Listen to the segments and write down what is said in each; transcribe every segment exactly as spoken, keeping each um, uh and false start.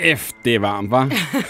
F, det er varmt, hva'?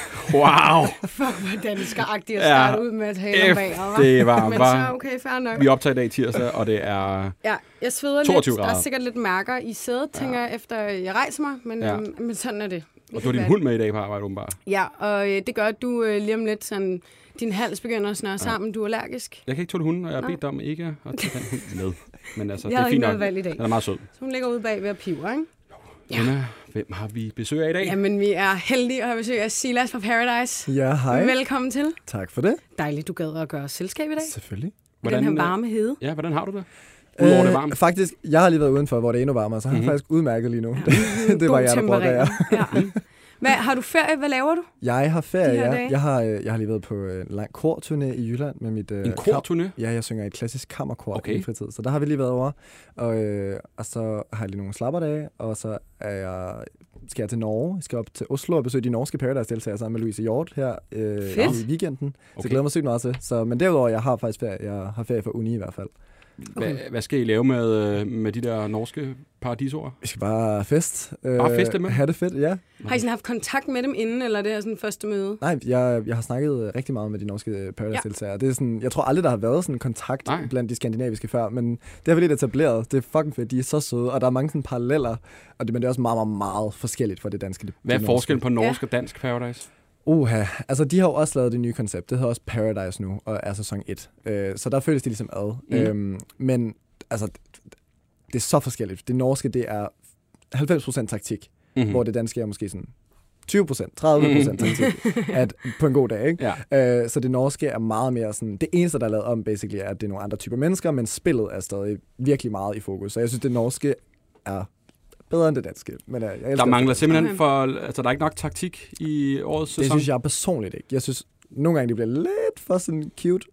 Wow. Fuck, hvor danskeragtigt at starte ja, ud med at tale om vejret, hva'? Det er varmt, Men så okay, fair nok. Vi optager i dag tirsdag, og det er ja, jeg sveder toogtyve lidt. grader. Der er sikkert lidt mærker i sædet, tænker jeg, ja. efter jeg rejser mig, men, ja. øhm, men sådan er det. Og du har din hund med i dag på arbejde, åbenbart. Ja, og øh, det gør, at du øh, lige om lidt sådan, din hals begynder at snøre ja. sammen. Du er allergisk. Jeg kan ikke tåle hunden, og jeg har bedt dig om ikke at tage den hund med. Men altså, jeg det er fint nok. Valg i dag. Den er meget sød. Så hun ligger ude bag ved at pive, ikke? Ja. Emma, hvem har vi besøg af i dag? Jamen, vi er heldige at have besøg af Silas fra Paradise. Ja, hej. Velkommen til. Tak for det. Dejligt, du gad at gøre selskab i dag. Selvfølgelig. Hvordan, den her varme hede. Ja, hvordan har du det? Udover øh, det varmt? Faktisk, jeg har lige været udenfor, hvor det er endnu varmere, så har mm-hmm. jeg faktisk udmærket lige nu. Ja. det var jeg, der brugte det, ja. Hvad, har du ferie? Hvad laver du? Jeg har ferie, ja. Jeg har, jeg har lige været på en lang korturné i Jylland med mit... En korturné? Ja, jeg synger i et klassisk kammerkor okay. i min fritid, så der har vi lige været over. Og, øh, og så har jeg lige nogle slapperdage, og så er jeg, skal jeg til Norge. Jeg skal op til Oslo og besøge de norske Paradise-deltagere sammen med Louise Hjort her øh, i weekenden. Okay. Så jeg glæder mig sygt meget til. Så, men derudover, jeg har faktisk ferie. Jeg har ferie for uni i hvert fald. Okay. Hvad, hvad skal I lave med, med de der norske paradisord? Vi skal bare fest. Bare feste med? Have det fedt, ja. Har I sådan haft kontakt med dem inden, eller det er sådan første møde? Nej, jeg, jeg har snakket rigtig meget med de norske Paradise-deltagere. Ja. Det er sådan, jeg tror aldrig, der har været sådan en kontakt Nej. blandt de skandinaviske før, men det har vi lidt etableret. Det er fucking fedt, de er så søde, og der er mange sådan paralleller, og det, men det er også meget, meget, meget forskelligt fra det danske. Det, hvad er forskellen på norsk ja. og dansk Paradise? Uha, altså de har jo også lavet det nye koncept. Det hedder også Paradise nu, og er sæson et. Øh, så der føles det ligesom ad. Mm. Øhm, men altså, det er så forskelligt. Det norske, det er halvfems procent taktik, mm-hmm. hvor det danske er måske sådan tyve procent, tredive procent mm. taktik at, på en god dag. Ikke? Ja. Øh, så det norske er meget mere sådan... Det eneste, der er lavet om, basically, er, at det er nogle andre typer mennesker, men spillet er stadig virkelig meget i fokus. Så jeg synes, det norske er... bedre end det danske. Men jeg, jeg der mangler simpelthen for... Altså, der er ikke nok taktik i årets sæson? Det synes jeg personligt ikke. Jeg synes, nogle gange det bliver lidt for sådan cute.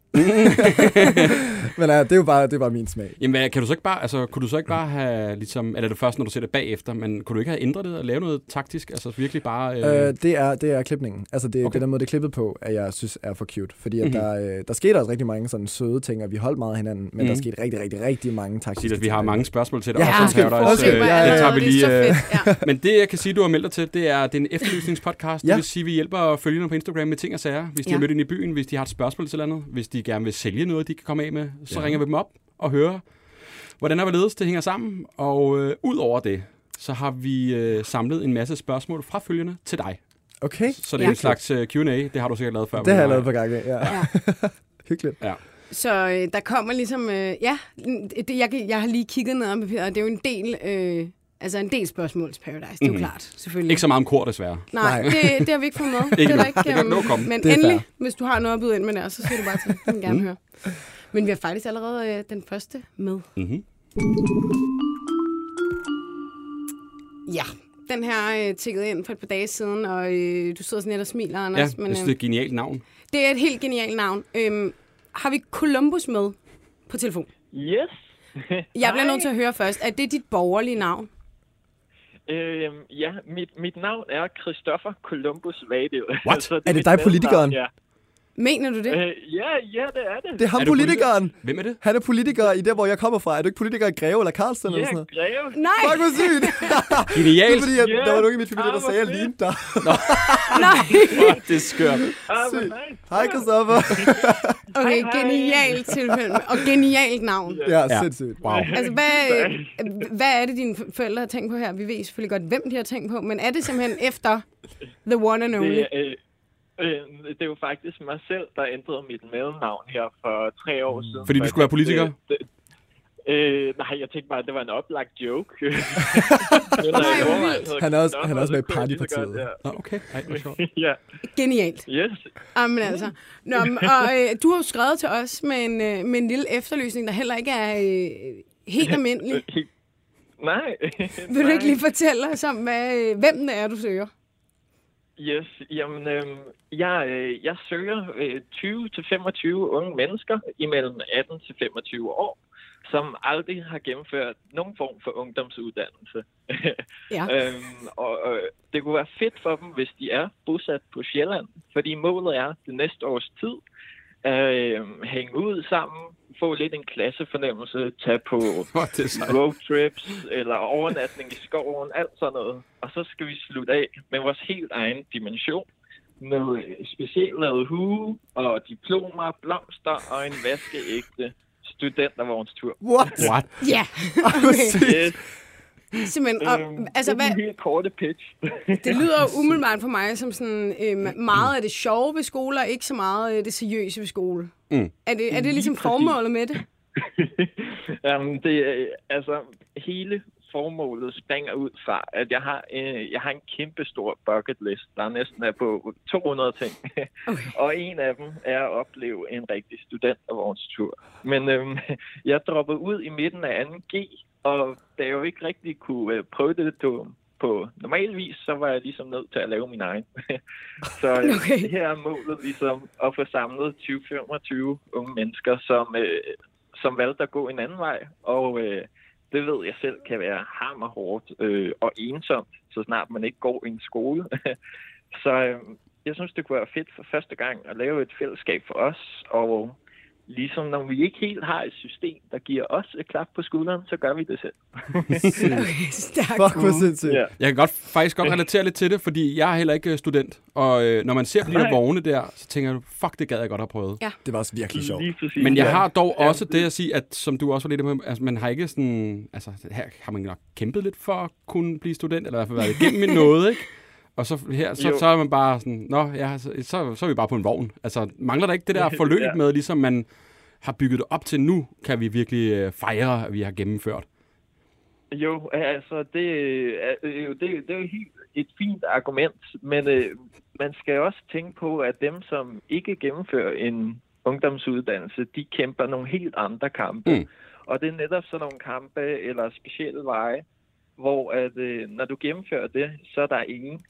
Men ja, det er jo bare, det er bare min smag. Jamen, hvad, kan du så ikke bare... Altså, kunne du så ikke bare have... Ligesom, eller det først, når du ser det bagefter, men kunne du ikke have ændret det og lave noget taktisk? Altså, virkelig bare... Øh... Øh, det, er, det er klipningen. Altså, det, okay. det er den måde, det er klippet på, at jeg synes er for cute. Fordi at mm-hmm. der, øh, der skete også rigtig mange sådan søde ting, og vi holdt meget af hinanden, men mm-hmm. der skete rigtig, rigtig, rigtig mange taktiske ting. Vi har mange spørgsmål til dig. Ja, også, ja, også, okay, øh, ja, det tager vi lige. Øh, ja. Men det, jeg kan sige, du har meldt dig til, det er, det er en efterlysningspodcast. Ja. Det vil sige, at vi hjælper følgerne på Instagram med ting og sager, hvis de ja. har mødt ind i byen, hvis de har et spørgsmål til andet, hvis de gerne vil sælge noget, de kan komme af med, så ja. ringer vi dem op og hører, hvordan er hvorledes det hænger sammen. Og øh, ud over det, så har vi øh, samlet en masse spørgsmål fra følgerne til dig. Okay. Så det er ja. en slags uh, Q and A. Det har du sikkert lavet før. Det har jeg lavet på gang, ja. ja. Hyggeligt. Ja. Så øh, der kommer ligesom, øh, ja, det, jeg, jeg har lige kigget ned om papiret, og det er jo en del, øh, altså en del spørgsmål til Paradise, det er jo mm. klart, selvfølgelig. Ikke så meget om kor, desværre. Nej, det, det har vi ikke fået med. ikke det er ikke, det kan nå komme. Men endelig, fair. Hvis du har noget at byde ind med der, så siger du bare til, jeg vil gerne mm. høre. Men vi har faktisk allerede øh, den første med. Mm-hmm. Ja, den her øh, tikkede ind for et par dage siden, og øh, du sidder sådan lidt og smiler, Anders. Ja, men, jeg synes, det er et genialt navn. Det er et helt genialt navn. Øhm, har vi Columbus med på telefon? Yes. Jeg bliver nødt til at høre først. Er det dit borgerlige navn? Øhm, ja, mit, mit navn er Christopher Columbus Vadel. What? Altså, det er det dig, politikeren? Ja. Mener du det? Øh, ja, ja, det er det. Det er ham, er politikeren. Politiker? Hvem er det? Han er politiker i der, hvor jeg kommer fra. Er du ikke politiker i Greve eller Karlsson? Ja, eller sådan noget? Greve. Nej. Fuck, hvor sygt. Genialt. Det er fordi, at yeah. der var nogen i mit familie, der sagde, at jeg lignede dig. Nej. Det er skørt. Sygt. Hej, Christoffer. Okay, genialt tilfælde. Og genialt navn. Ja, ja, sindssygt. Wow. Altså, hvad, hvad er det, dine forældre har tænkt på her? Vi ved selvfølgelig godt, hvem de har tænkt på, men er det simpelthen efter the one and only? Det, øh, øh, det er jo faktisk mig selv, der ændrede mit mellemnavn her for tre år siden. Fordi du skulle være politiker? Det, det, Øh, nej, jeg tænkte bare, at det var en oplagt joke. Nej, han er også, han er også med i Partypartiet. Ja. Nå, okay. Ej, det var ja. Genialt. Yes. Jamen altså. Nå, og øh, du har jo skrevet til os med en, øh, med en lille efterlysning, der heller ikke er øh, helt almindelig. Nej. Vil du ikke lige fortælle os om, hvad, øh, hvem det er, du søger? Yes, jamen, øh, jeg, øh, jeg søger øh, tyve til femogtyve unge mennesker imellem atten til femogtyve år, som aldrig har gennemført nogen form for ungdomsuddannelse. Ja. øhm, og øh, det kunne være fedt for dem, hvis de er bosat på Sjælland, fordi målet er det næste års tid øh, hænge ud sammen, få lidt en klassefornemmelse, tage på roadtrips eller overnatning i skoven, alt sådan noget. Og så skal vi slutte af med vores helt egen dimension. Med specielt lavet hue og diplomer, blomster og en vaskeægte studentervognstur. What? What? Ja, okay. Yes. Simpelthen. Og, Øhm, altså, det er en hvad, helt korte pitch. det lyder jo umiddelbart for mig som sådan øh, meget af det sjove ved skole, og ikke så meget af det seriøse ved skole. Mm. Er det, er det ligesom formålet med det? Jamen, det er, altså, hele formålet springer ud fra, at jeg har, øh, jeg har en kæmpe stor bucket list, der næsten er på to hundrede ting. Okay. Og en af dem er at opleve en rigtig studentervognstur. Men øh, jeg droppede ud i midten af anden G, og da jeg jo ikke rigtig kunne øh, prøve det på, på normal vis, så var jeg ligesom nødt til at lave min egen. Så øh, okay. Her er målet ligesom at få samlet tyve til femogtyve unge mennesker, som, øh, som valgte at gå en anden vej, og øh, det ved jeg selv kan være hammerhårdt øh, og ensomt, så snart man ikke går i en skole. Så øh, jeg synes, det kunne være fedt for første gang at lave et fællesskab for os, og ligesom når vi ikke helt har et system, der giver os et klap på skulderen, så gør vi det selv. Okay, stærkt. Fuck, hvor sindssygt. Ja. Jeg kan godt, faktisk godt relatere lidt til det, fordi jeg er heller ikke student. Og øh, når man ser på de der vogne der, så tænker du, fuck, det gad jeg godt have prøvet. Ja. Det var også virkelig sjovt. Men jeg har dog også det at sige, at som du også var lidt med, altså man har ikke sådan, altså her har man nok kæmpet lidt for at kunne blive student, eller i hvert fald været igennem med noget, ikke? Og så her, så, så er man bare sådan, nå, ja, så, så, så er vi bare på en vogn. Altså, mangler der ikke det der forløb ja. med, ligesom man har bygget det op til nu, kan vi virkelig øh, fejre, at vi har gennemført? Jo, altså, det, øh, det, det er jo helt et fint argument, men øh, man skal også tænke på, at dem, som ikke gennemfører en ungdomsuddannelse, de kæmper nogle helt andre kampe. Mm. Og det er netop sådan nogle kampe eller specielle veje, hvor at, øh, når du gennemfører det, så er der ingen,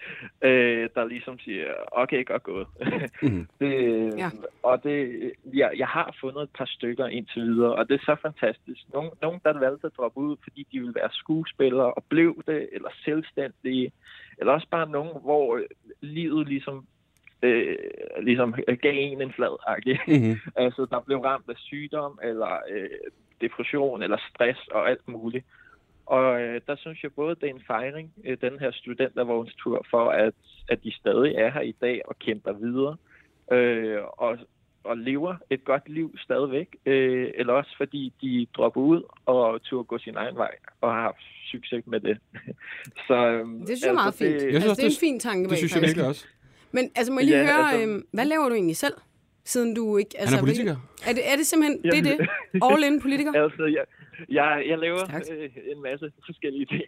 øh, der ligesom siger, okay, godt gået. mm. det, ja. Og det, jeg, jeg har fundet et par stykker indtil videre, og det er så fantastisk. Nogle, nogle der valgte at droppe ud, fordi de ville være skuespillere og blev det, eller selvstændige, eller også bare nogen, hvor livet ligesom, øh, ligesom gav en en flad. Mm-hmm. Altså, der blev ramt af sygdom, eller øh, depression, eller stress og alt muligt. Og øh, der synes jeg både, det er en fejring, øh, den her studentervognstur, for at, at de stadig er her i dag og kæmper videre, øh, og, og lever et godt liv stadigvæk, øh, eller også fordi de dropper ud og turde gå sin egen vej, og har haft succes med det. Så, øh, det synes jeg er meget fint. Det, altså, det er en fin tanke bag. Det synes jeg virkelig også. Men altså, må jeg lige ja, høre, altså, øh, hvad laver du egentlig selv? Siden du ikke... Altså, han er politiker. Er det, er det simpelthen det, er det? All-in politiker? Altså, jeg, jeg, jeg laver øh, en masse forskellige ting.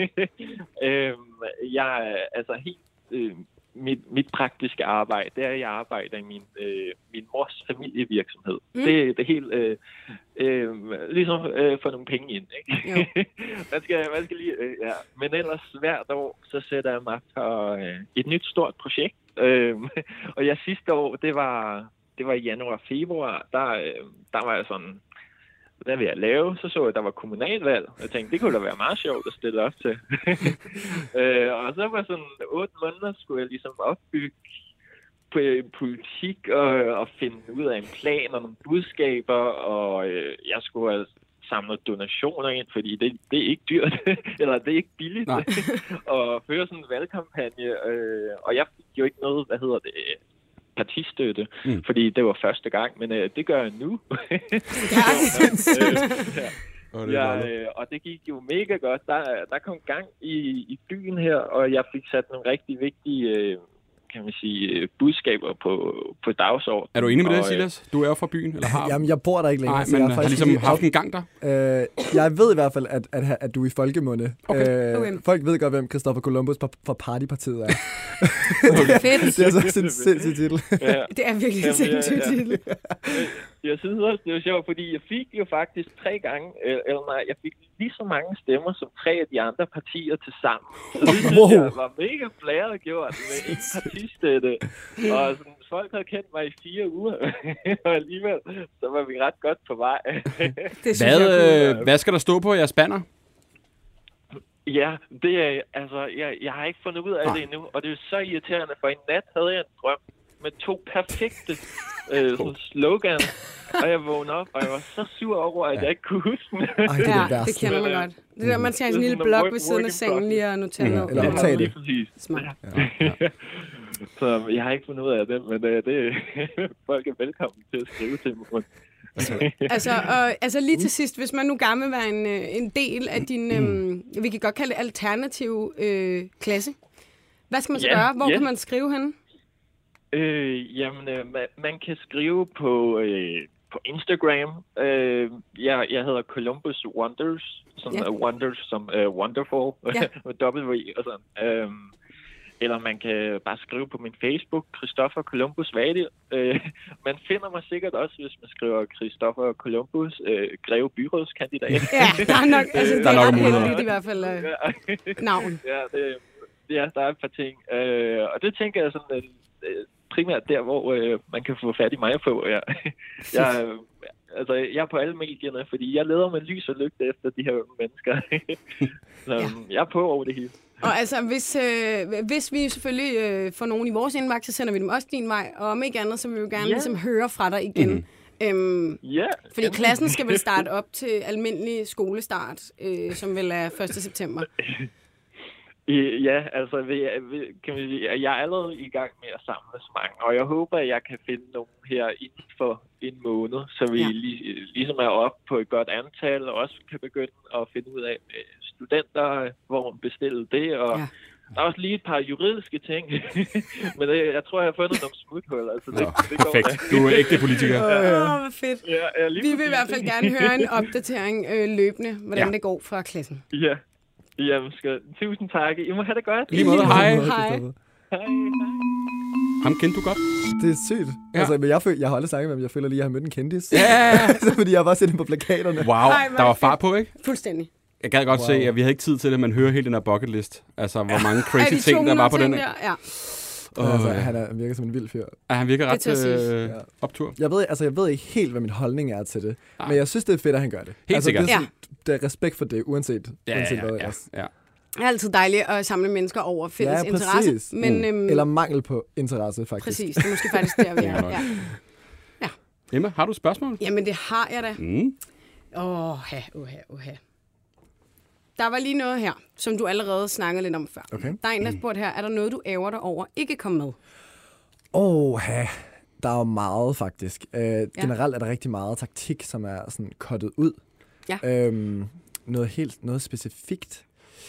øhm, jeg altså helt... Øh, mit, mit praktiske arbejde, det er, at jeg arbejder i min, øh, min mors familievirksomhed. Mm. Det, det er helt... Øh, øh, ligesom øh, få nogle penge ind, ikke? man, skal, man skal lige... Øh, ja. Men ellers hvert år, så sætter jeg mig for øh, et nyt stort projekt. Øh, og jeg sidste år, det var... Det var i januar-februar, der, der var jeg sådan, hvad vil jeg lave? Så så jeg, at der var kommunalvalg. Jeg tænkte, det kunne da være meget sjovt at stille op til. øh, og så var sådan otte måneder, skulle jeg ligesom opbygge politik og, og finde ud af en plan og nogle budskaber, og øh, jeg skulle have samlet donationer ind, fordi det, det er ikke dyrt, eller det er ikke billigt at føre sådan en valgkampagne. Øh, og jeg fik jo ikke noget, hvad hedder det, partistøtte, mm. fordi det var første gang, men øh, det gør jeg nu. ja. øh, ja. ja, øh, og det gik jo mega godt. Der, der kom gang i, i byen her, og jeg fik sat nogle rigtig vigtige øh, kan man sige, budskaber på, på dagsordenen. Er du enig med og, det, Silas? Du er jo fra byen, eller har? Jamen, jeg bor der ikke længere. Nej, men jeg har ligesom lige haft en gang der? Øh, jeg ved i hvert fald, at, at, at du er i folkemunde. Okay. Øh, okay. Folk ved godt, hvem Christopher Columbus fra Partypartiet er. okay. Fedt. Det er så en sindssyg titel. Ja. Det er virkelig en sindssyg titel. Jeg synes også, det var sjovt, fordi jeg fik jo faktisk tre gange, eller nej, jeg fik lige så mange stemmer som tre af de andre partier til sammen. Så det synes wow. jeg var mega blæret gjort med en partistøtte. Og sådan, folk havde kendt mig i fire uger, og alligevel så var vi ret godt på vej. det hvad, jeg, hvad skal der stå på jeres banner? Ja, det er, altså, jeg, jeg har ikke fundet ud af ah. det endnu, og det er så irriterende, for i nat havde jeg en drøm, med to perfekte øh, sådan slogan. Og jeg vågnede op, og jeg var så sur over, at jeg ikke kunne huske den. Ej, det er det Ja, værste. det kender man godt. Det der, man skal have sådan en lille blok ved siden af sengen lige og notere noget. Eller optage det. Smart. Ja, ja. Så jeg har ikke fundet ud af det, men det, det folk er velkommen til at skrive til mig. altså, og, altså lige til sidst, hvis man nu gerne vil være en, en del af din, øhm, vi kan godt kalde det alternative øh, klasse. Hvad skal man så Ja, gøre? Hvor ja. kan man skrive henne? Øh, jamen, øh, man, man kan skrive på, øh, på Instagram. Øh, jeg, jeg hedder Columbus Wonders, som Ja. ja. Wonders som uh, Wonderful, Ja. med W og sådan. Øh, eller man kan bare skrive på min Facebook, Christoffer Columbus Vadil. Øh, man finder mig sikkert også, hvis man skriver Christoffer Columbus, øh, Greve Byrådskandidat. Ja, der er nok, altså, det Der er er nok ret muligheder. heldigt i hvert fald øh, navn. ja, det, ja, der er et par ting. Øh, og det tænker jeg sådan, øh, primært der, hvor øh, man kan få fat i mig på. Ja. jeg, øh, altså, jeg er på alle medierne, fordi jeg leder med lys og lygte efter de her unge mennesker. Så Ja. jeg er på over det hele. Og altså, hvis, øh, hvis vi selvfølgelig øh, får nogen i vores indbakke, så sender vi dem også din vej. Og om ikke andet, så vil vi jo gerne Ja. ligesom høre fra dig igen. Mm. Øhm, Ja. fordi klassen skal vel starte op til almindelig skolestart, øh, som vel er første september. I- Ja, altså, vi, vi, kan vi, sige, at jeg er allerede i gang med at samle så mange, og jeg håber, at jeg kan finde nogen her inden for en måned, så vi Ja. ja. lig, ligesom er oppe på et godt antal, og også kan begynde at finde ud af med studenter, hvor man bestiller det, og Ja. ja. der er også lige et par juridiske ting, men det, jeg tror, jeg har fundet nogle smuthuller. Altså, det, Nå, det går perfekt. da. Du er ægte politiker. Åh, oh, hvor fedt. Ja, ja, lige Vi vil i præcis. hvert fald gerne høre en opdatering øh, løbende, hvordan Ja. det går fra klassen. Ja, jamen, skal, tusind tak. I må have det godt. Lige måde, hej. Hej. Hej, hej. Ham kendte du godt. Det er sygt. Ja. Ja. Altså, men jeg, føl, jeg har aldrig snakket med ham. Jeg føler lige, at jeg har mødt en kendis. Ja, ja, ja. Fordi jeg har bare set dem på plakaterne. Wow, Ej, hvor der var fedt. far på, ikke? Fuldstændig. Jeg gad godt Wow. se, at vi havde ikke tid til det, men høre hele den her bucket list. Altså, hvor mange Er crazy de ting, der var på den. der? Ja. Åh, altså, ja. han er, virker som en vild fyr. Ja, han virker Det ret til at sige. øh, Ja. optur. Jeg ved, altså, jeg ved ikke helt, hvad min holdning er til det. Nej. Men jeg synes, det er fedt, at han gør det. Helt altså, sikkert. Det er, sådan, det er respekt for det, uanset, Ja, uanset ja, hvad ja, ellers. ja. Det er altid dejligt at samle mennesker over fælles Ja, interesse. præcis. Men, Mm. øhm, Eller mangel på interesse, faktisk. præcis, det er måske faktisk der, vi Ja, er. nok. Ja. Emma, har du et spørgsmål? Jamen, det har jeg da. Mm. Åh, ha, uha, uha. Der var lige noget her, som du allerede snakkede lidt om før. Okay. Der er en, der spurgte her, er der noget, du ærger dig over ikke kom med? Åh, der er jo meget, faktisk. Øh, ja. Generelt er der rigtig meget taktik, som er sådan cuttet ud. Ja. Øhm, noget helt noget specifikt.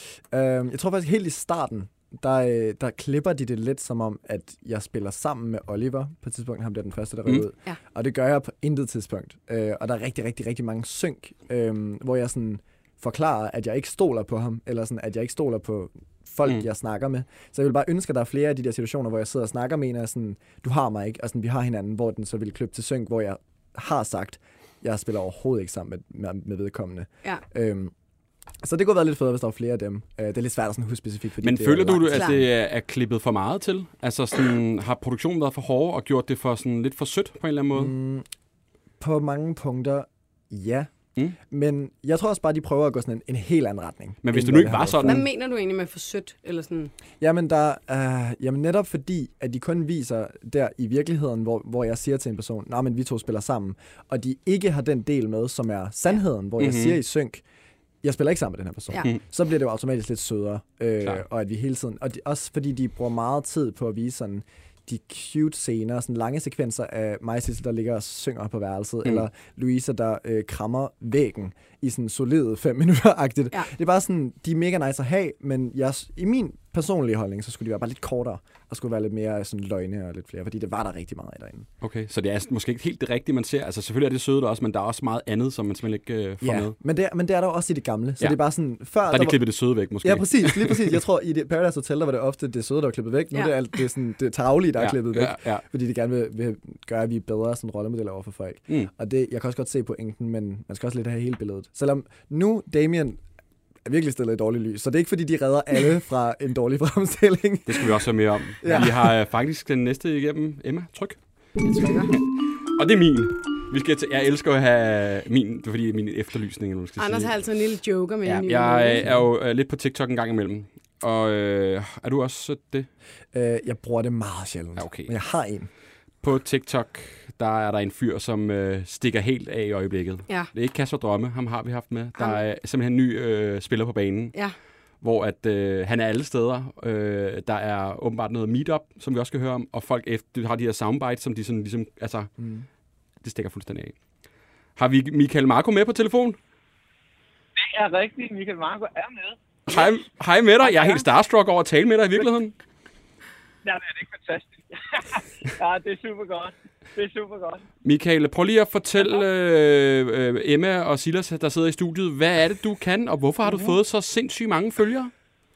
Øhm, jeg tror faktisk helt i starten, der, øh, der klipper de det lidt som om, at jeg spiller sammen med Oliver på et tidspunkt. Han bliver den første, der ryger Mm. ud. Ja. Og det gør jeg på intet tidspunkt. Øh, og der er rigtig, rigtig, rigtig mange synk, øh, hvor jeg sådan forklarer, at jeg ikke stoler på ham, eller sådan, at jeg ikke stoler på folk, Mm. mm. jeg snakker med. Så jeg vil bare ønske, at der er flere af de der situationer, hvor jeg sidder og snakker med en, og sådan, du har mig ikke, og sådan, vi har hinanden, hvor den så vil klippe til synk, hvor jeg har sagt, jeg spiller overhovedet ikke sammen med, med, med vedkommende. Ja. Øhm, så det kunne være lidt federe, hvis der var flere af dem. Øh, det er lidt svært at sådan huske specifikt, fordi Men det føler er du, langt. at Klart. det er, er klippet for meget til? Altså, sådan, har produktionen været for hård og gjort det for sådan lidt for sødt på en eller anden måde? Mm, på mange punkter, ja. Mm. Men jeg tror også bare, de prøver at gå sådan en, en helt anden retning. Men hvis end det nu hvad ikke har var været sådan- Hvad mener du egentlig med for sødt? Eller sådan? Jamen, der, øh, jamen netop fordi, at de kun viser der i virkeligheden, hvor, hvor jeg siger til en person, nej, men vi to spiller sammen, og de ikke har den del med, som er sandheden, hvor jeg Mhm. siger i synk, jeg spiller ikke sammen med den her person. Ja. Mm. Så bliver det jo automatisk lidt sødere, øh, Klart. og at vi hele tiden, og de, også fordi de bruger meget tid på at vise sådan de cute scener, sådan lange sekvenser af mig og Sissel, der ligger og synger på værelset, Mm. mm. eller Louisa, der øh, krammer væggen i sådan solide fem minutter-agtigt. Ja. Det er bare sådan, de er mega nice at have, men jeg, i min personlige holdning, så skulle de være bare lidt kortere, og skulle være lidt mere sådan løgne og lidt flere, fordi det var der rigtig meget af derinde. Okay, så det er måske ikke helt det rigtige, man ser. Altså, selvfølgelig er det søde der også, men der er også meget andet, som man simpelthen ikke øh, får Ja, med. men det, er, men det er der jo også i det gamle, så Ja. det er bare sådan, før... Der er de var- klippet det søde væk, måske. Ja, præcis, lige præcis. Jeg tror, i det Paradise Hotel, der var det ofte det søde, der var klippet væk. Nu Ja. ja. er det alt det, sådan, det tarvelige, der er klippet væk. Ja, ja. Fordi de gerne vil, vil gøre, at vi er bedre sådan rollemodeller over for folk. Mm. Og det, jeg kan også godt se pointen, men man skal også lidt have hele billedet. Selvom nu Damien er virkelig stillet i dårligt lys, så det er ikke fordi, de redder alle fra en dårlig fremstilling. Det skal vi også høre mere om. Ja. Ja. Vi har øh, faktisk den næste igennem. Emma, tryk. Jeg trykker. Og det er min. Vi skal til, jeg elsker at have min, det er fordi min efterlysning, eller hvad man skal Anders sige. har altså en lille joker med Ja, i ny jeg måde. øh, er jo øh, lidt på TikTok en gang imellem. Og øh, er du også det? Øh, jeg bruger det meget sjældent, ja, okay. men jeg har en. På TikTok, der er der en fyr, som øh, stikker helt af i øjeblikket. Ja. Det er ikke Kasper Drømme, ham har vi haft med. Der er simpelthen en ny øh, spiller på banen, ja. hvor at, øh, han er alle steder. Øh, der er åbenbart noget meetup, som vi også skal høre om, og folk efter, har de her soundbites, som de sådan ligesom, altså, mm. det stikker fuldstændig af. Har vi Michael Marco med på telefon? Det er rigtigt, Michael Marco er med. Hej, hej med dig. Jeg er helt starstruck over at tale med dig i virkeligheden. Ja, det er ikke fantastisk. Ja, det er super godt. Det er super godt. Michael, prøv lige at fortælle øh, øh, Emma og Silas, der sidder i studiet, hvad er det, du kan, og hvorfor har du fået så sindssygt mange følgere?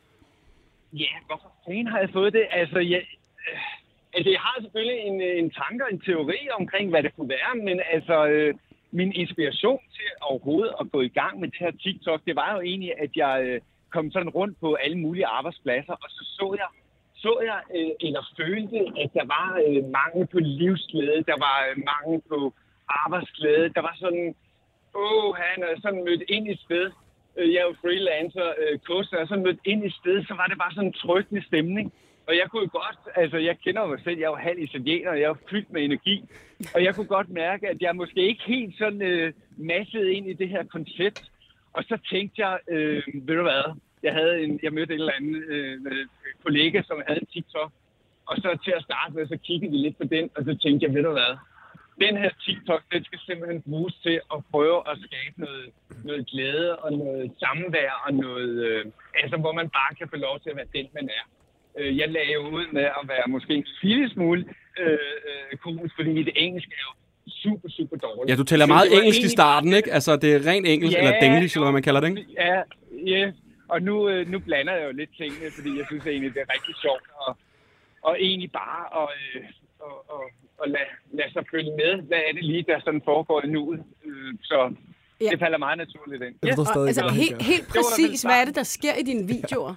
Ja, hvorfor fanden har jeg fået det? Altså, jeg, øh, altså, jeg har selvfølgelig en, en tanke og en teori omkring, hvad det kunne være, men altså, øh, min inspiration til overhovedet at gå i gang med det her TikTok, det var jo egentlig, at jeg øh, kom sådan rundt på alle mulige arbejdspladser, og så så jeg, så jeg øh, eller følte, at der var øh, mangel på livsglæde, der var øh, mangel på arbejdsglæde, der var sådan, åh, han er sådan mødt ind i et sted. Jeg er jo freelancer, øh, coach, og sådan mødt ind i et sted, så var det bare sådan en tryggende stemning. Og jeg kunne godt, altså jeg kender mig selv, jeg er jo halv italiener, og jeg er jo fyldt med energi. Og jeg kunne godt mærke, at jeg måske ikke helt sådan øh, masset ind i det her koncept. Og så tænkte jeg, øh, ved du hvad, jeg, havde en, jeg mødte en eller anden øh, kollega, som havde en TikTok. Og så til at starte med, så kiggede vi lidt på den, og så tænkte jeg, ved du hvad, den her TikTok, den skal simpelthen bruges til at prøve at skabe noget, noget glæde og noget samvær og noget, øh, altså hvor man bare kan få lov til at være den, man er. Øh, jeg lagde jo ud med at være måske en lille smule øh, øh, komisk, fordi mit engelsk er jo super, super dårligt. Ja, du taler meget engelsk i starten, ikke? Altså, det er rent engelsk, ja, eller denglish, eller hvad man kalder det, ikke? Ja, yeah. Og nu, øh, nu blander jeg jo lidt tingene, fordi jeg synes egentlig, det er rigtig sjovt, og, og egentlig bare at... Øh, og, og, og lade, lade sig følge med. Hvad er det lige, der sådan foregår i nuet? Øh, så ja. Det falder meget naturligt ind. Ja. Og, altså, helt, helt præcis, hvad er det, der sker i dine videoer?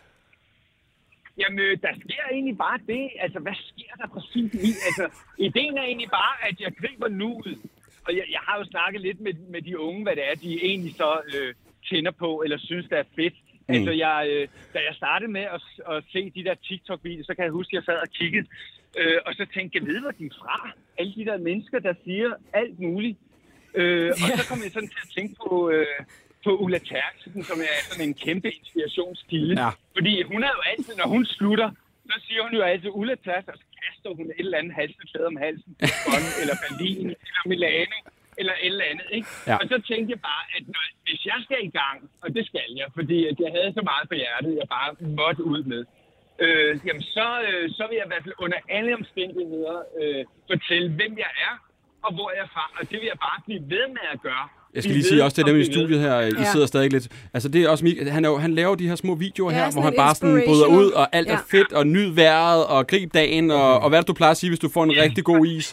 Jamen, der sker egentlig bare det. Altså, hvad sker der præcis i? Altså, ideen er egentlig bare, at jeg griber nuet. Og jeg, jeg har jo snakket lidt med, med de unge, hvad det er, de egentlig så øh, tænder på, eller synes, det er fedt. Mm. Altså, jeg, øh, da jeg startede med at, at se de der TikTok-videoer, så kan jeg huske, at jeg sad og kiggede. Øh, og så tænkte jeg, ved hvor de er fra? Alle de der mennesker, der siger alt muligt. Øh, og så kom jeg sådan til at tænke på, øh, på Ulla Terkelsen, som er sådan en kæmpe inspirationskilde. Ja. Fordi hun er jo altid, når hun slutter, så siger hun jo altid Ulla Terkelsen, og så kaster hun et eller andet halsklæde om halsen. Bonn, eller Berlin, eller Milano, eller et eller andet. Ikke? Ja. Og så tænkte jeg bare, at når, hvis jeg skal i gang, og det skal jeg, fordi at jeg havde så meget på hjertet, jeg bare måtte ud med. Øh, jamen så, øh, så vil jeg i hvert fald under alle omstændigheder øh, fortælle, hvem jeg er, og hvor jeg er fra. Og det vil jeg bare blive ved med at gøre. Jeg skal lige sige også til dem i studiet her, I ja. sidder stadig lidt. Altså det er også han, er, han laver de her små videoer ja, her, hvor han bare sådan bryder ud, og alt ja. er fedt, og nyd vejret, og grib dagen, og, og hvad er det, du plejer at sige, hvis du får en yeah. rigtig god is?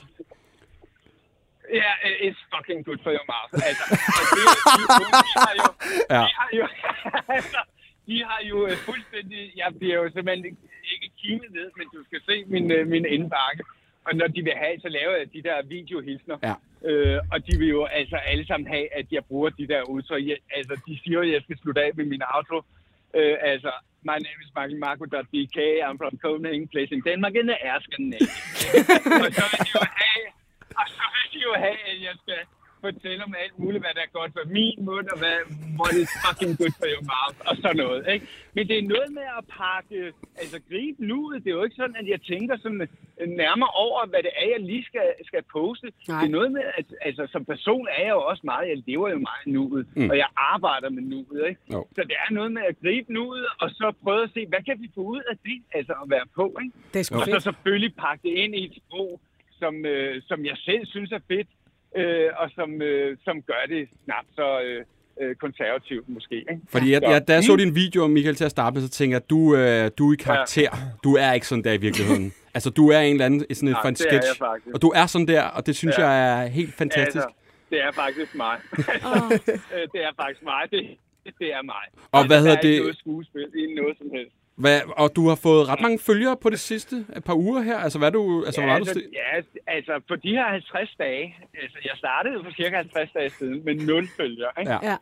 Ja, yeah, it's fucking good for your mouth. Altså, altså det, de, de har jo... Ja. De har jo altså, De har jo uh, fuldstændig... Jeg bliver jo simpelthen ikke kimet ned, men du skal se min, uh, min indbakke. Og når de vil have, så laver jeg de der videohilsner. Ja. Øh, og de vil jo altså alle sammen have, at jeg bruger de der udtryk. Altså, de siger at jeg skal slutte af med min outro. Øh, altså, my name is Michael Marco dot D K. I'm from Copenhagen, place in Denmark, and the air Scandinavia. Og så vil de jo have... Og så vil de jo have, at jeg skal... fortælle om alt muligt, hvad der er godt for min mund, og hvad what is fucking good for your mouth, og sådan noget, ikke? Men det er noget med at pakke, altså gribe nuet. Det er jo ikke sådan, at jeg tænker sådan nærmere over, hvad det er, jeg lige skal, skal poste. Nej. Det er noget med, at altså, som person er jeg jo også meget, jeg lever jo meget i nuet, mm. og jeg arbejder med nuet, ikke? No. Så det er noget med at gribe nuet, og så prøve at se, hvad kan vi få ud af det, altså at være på, ikke? Det er sgu fedt. Og så selvfølgelig pakke det ind i et sprog, som, øh, som jeg selv synes er fedt, Øh, og som, øh, som gør det snart så øh, konservativt måske. Ikke? Fordi jeg, jeg, da jeg så din video, Michael, til at starte med, så tænker jeg, at du, øh, du er i karakter. Ja. Du er ikke sådan der i virkeligheden. Altså, du er en eller anden sådan et, for en sketch. Og du er sådan der, og det synes ja. jeg er helt fantastisk. Ja, altså, det er faktisk mig. oh. Det er faktisk mig. Det, det er mig. Og altså, hvad hedder det? Der er ikke noget skuespil, det er noget som helst. Hvad, og du har fået ret mange følgere på det sidste et par uger her. Altså, hvad du, altså, ja, hvor altså, du ja, altså, på de her halvtreds dage, altså, jeg startede for cirka halvtreds dage siden med nul følgere, ikke? Ja.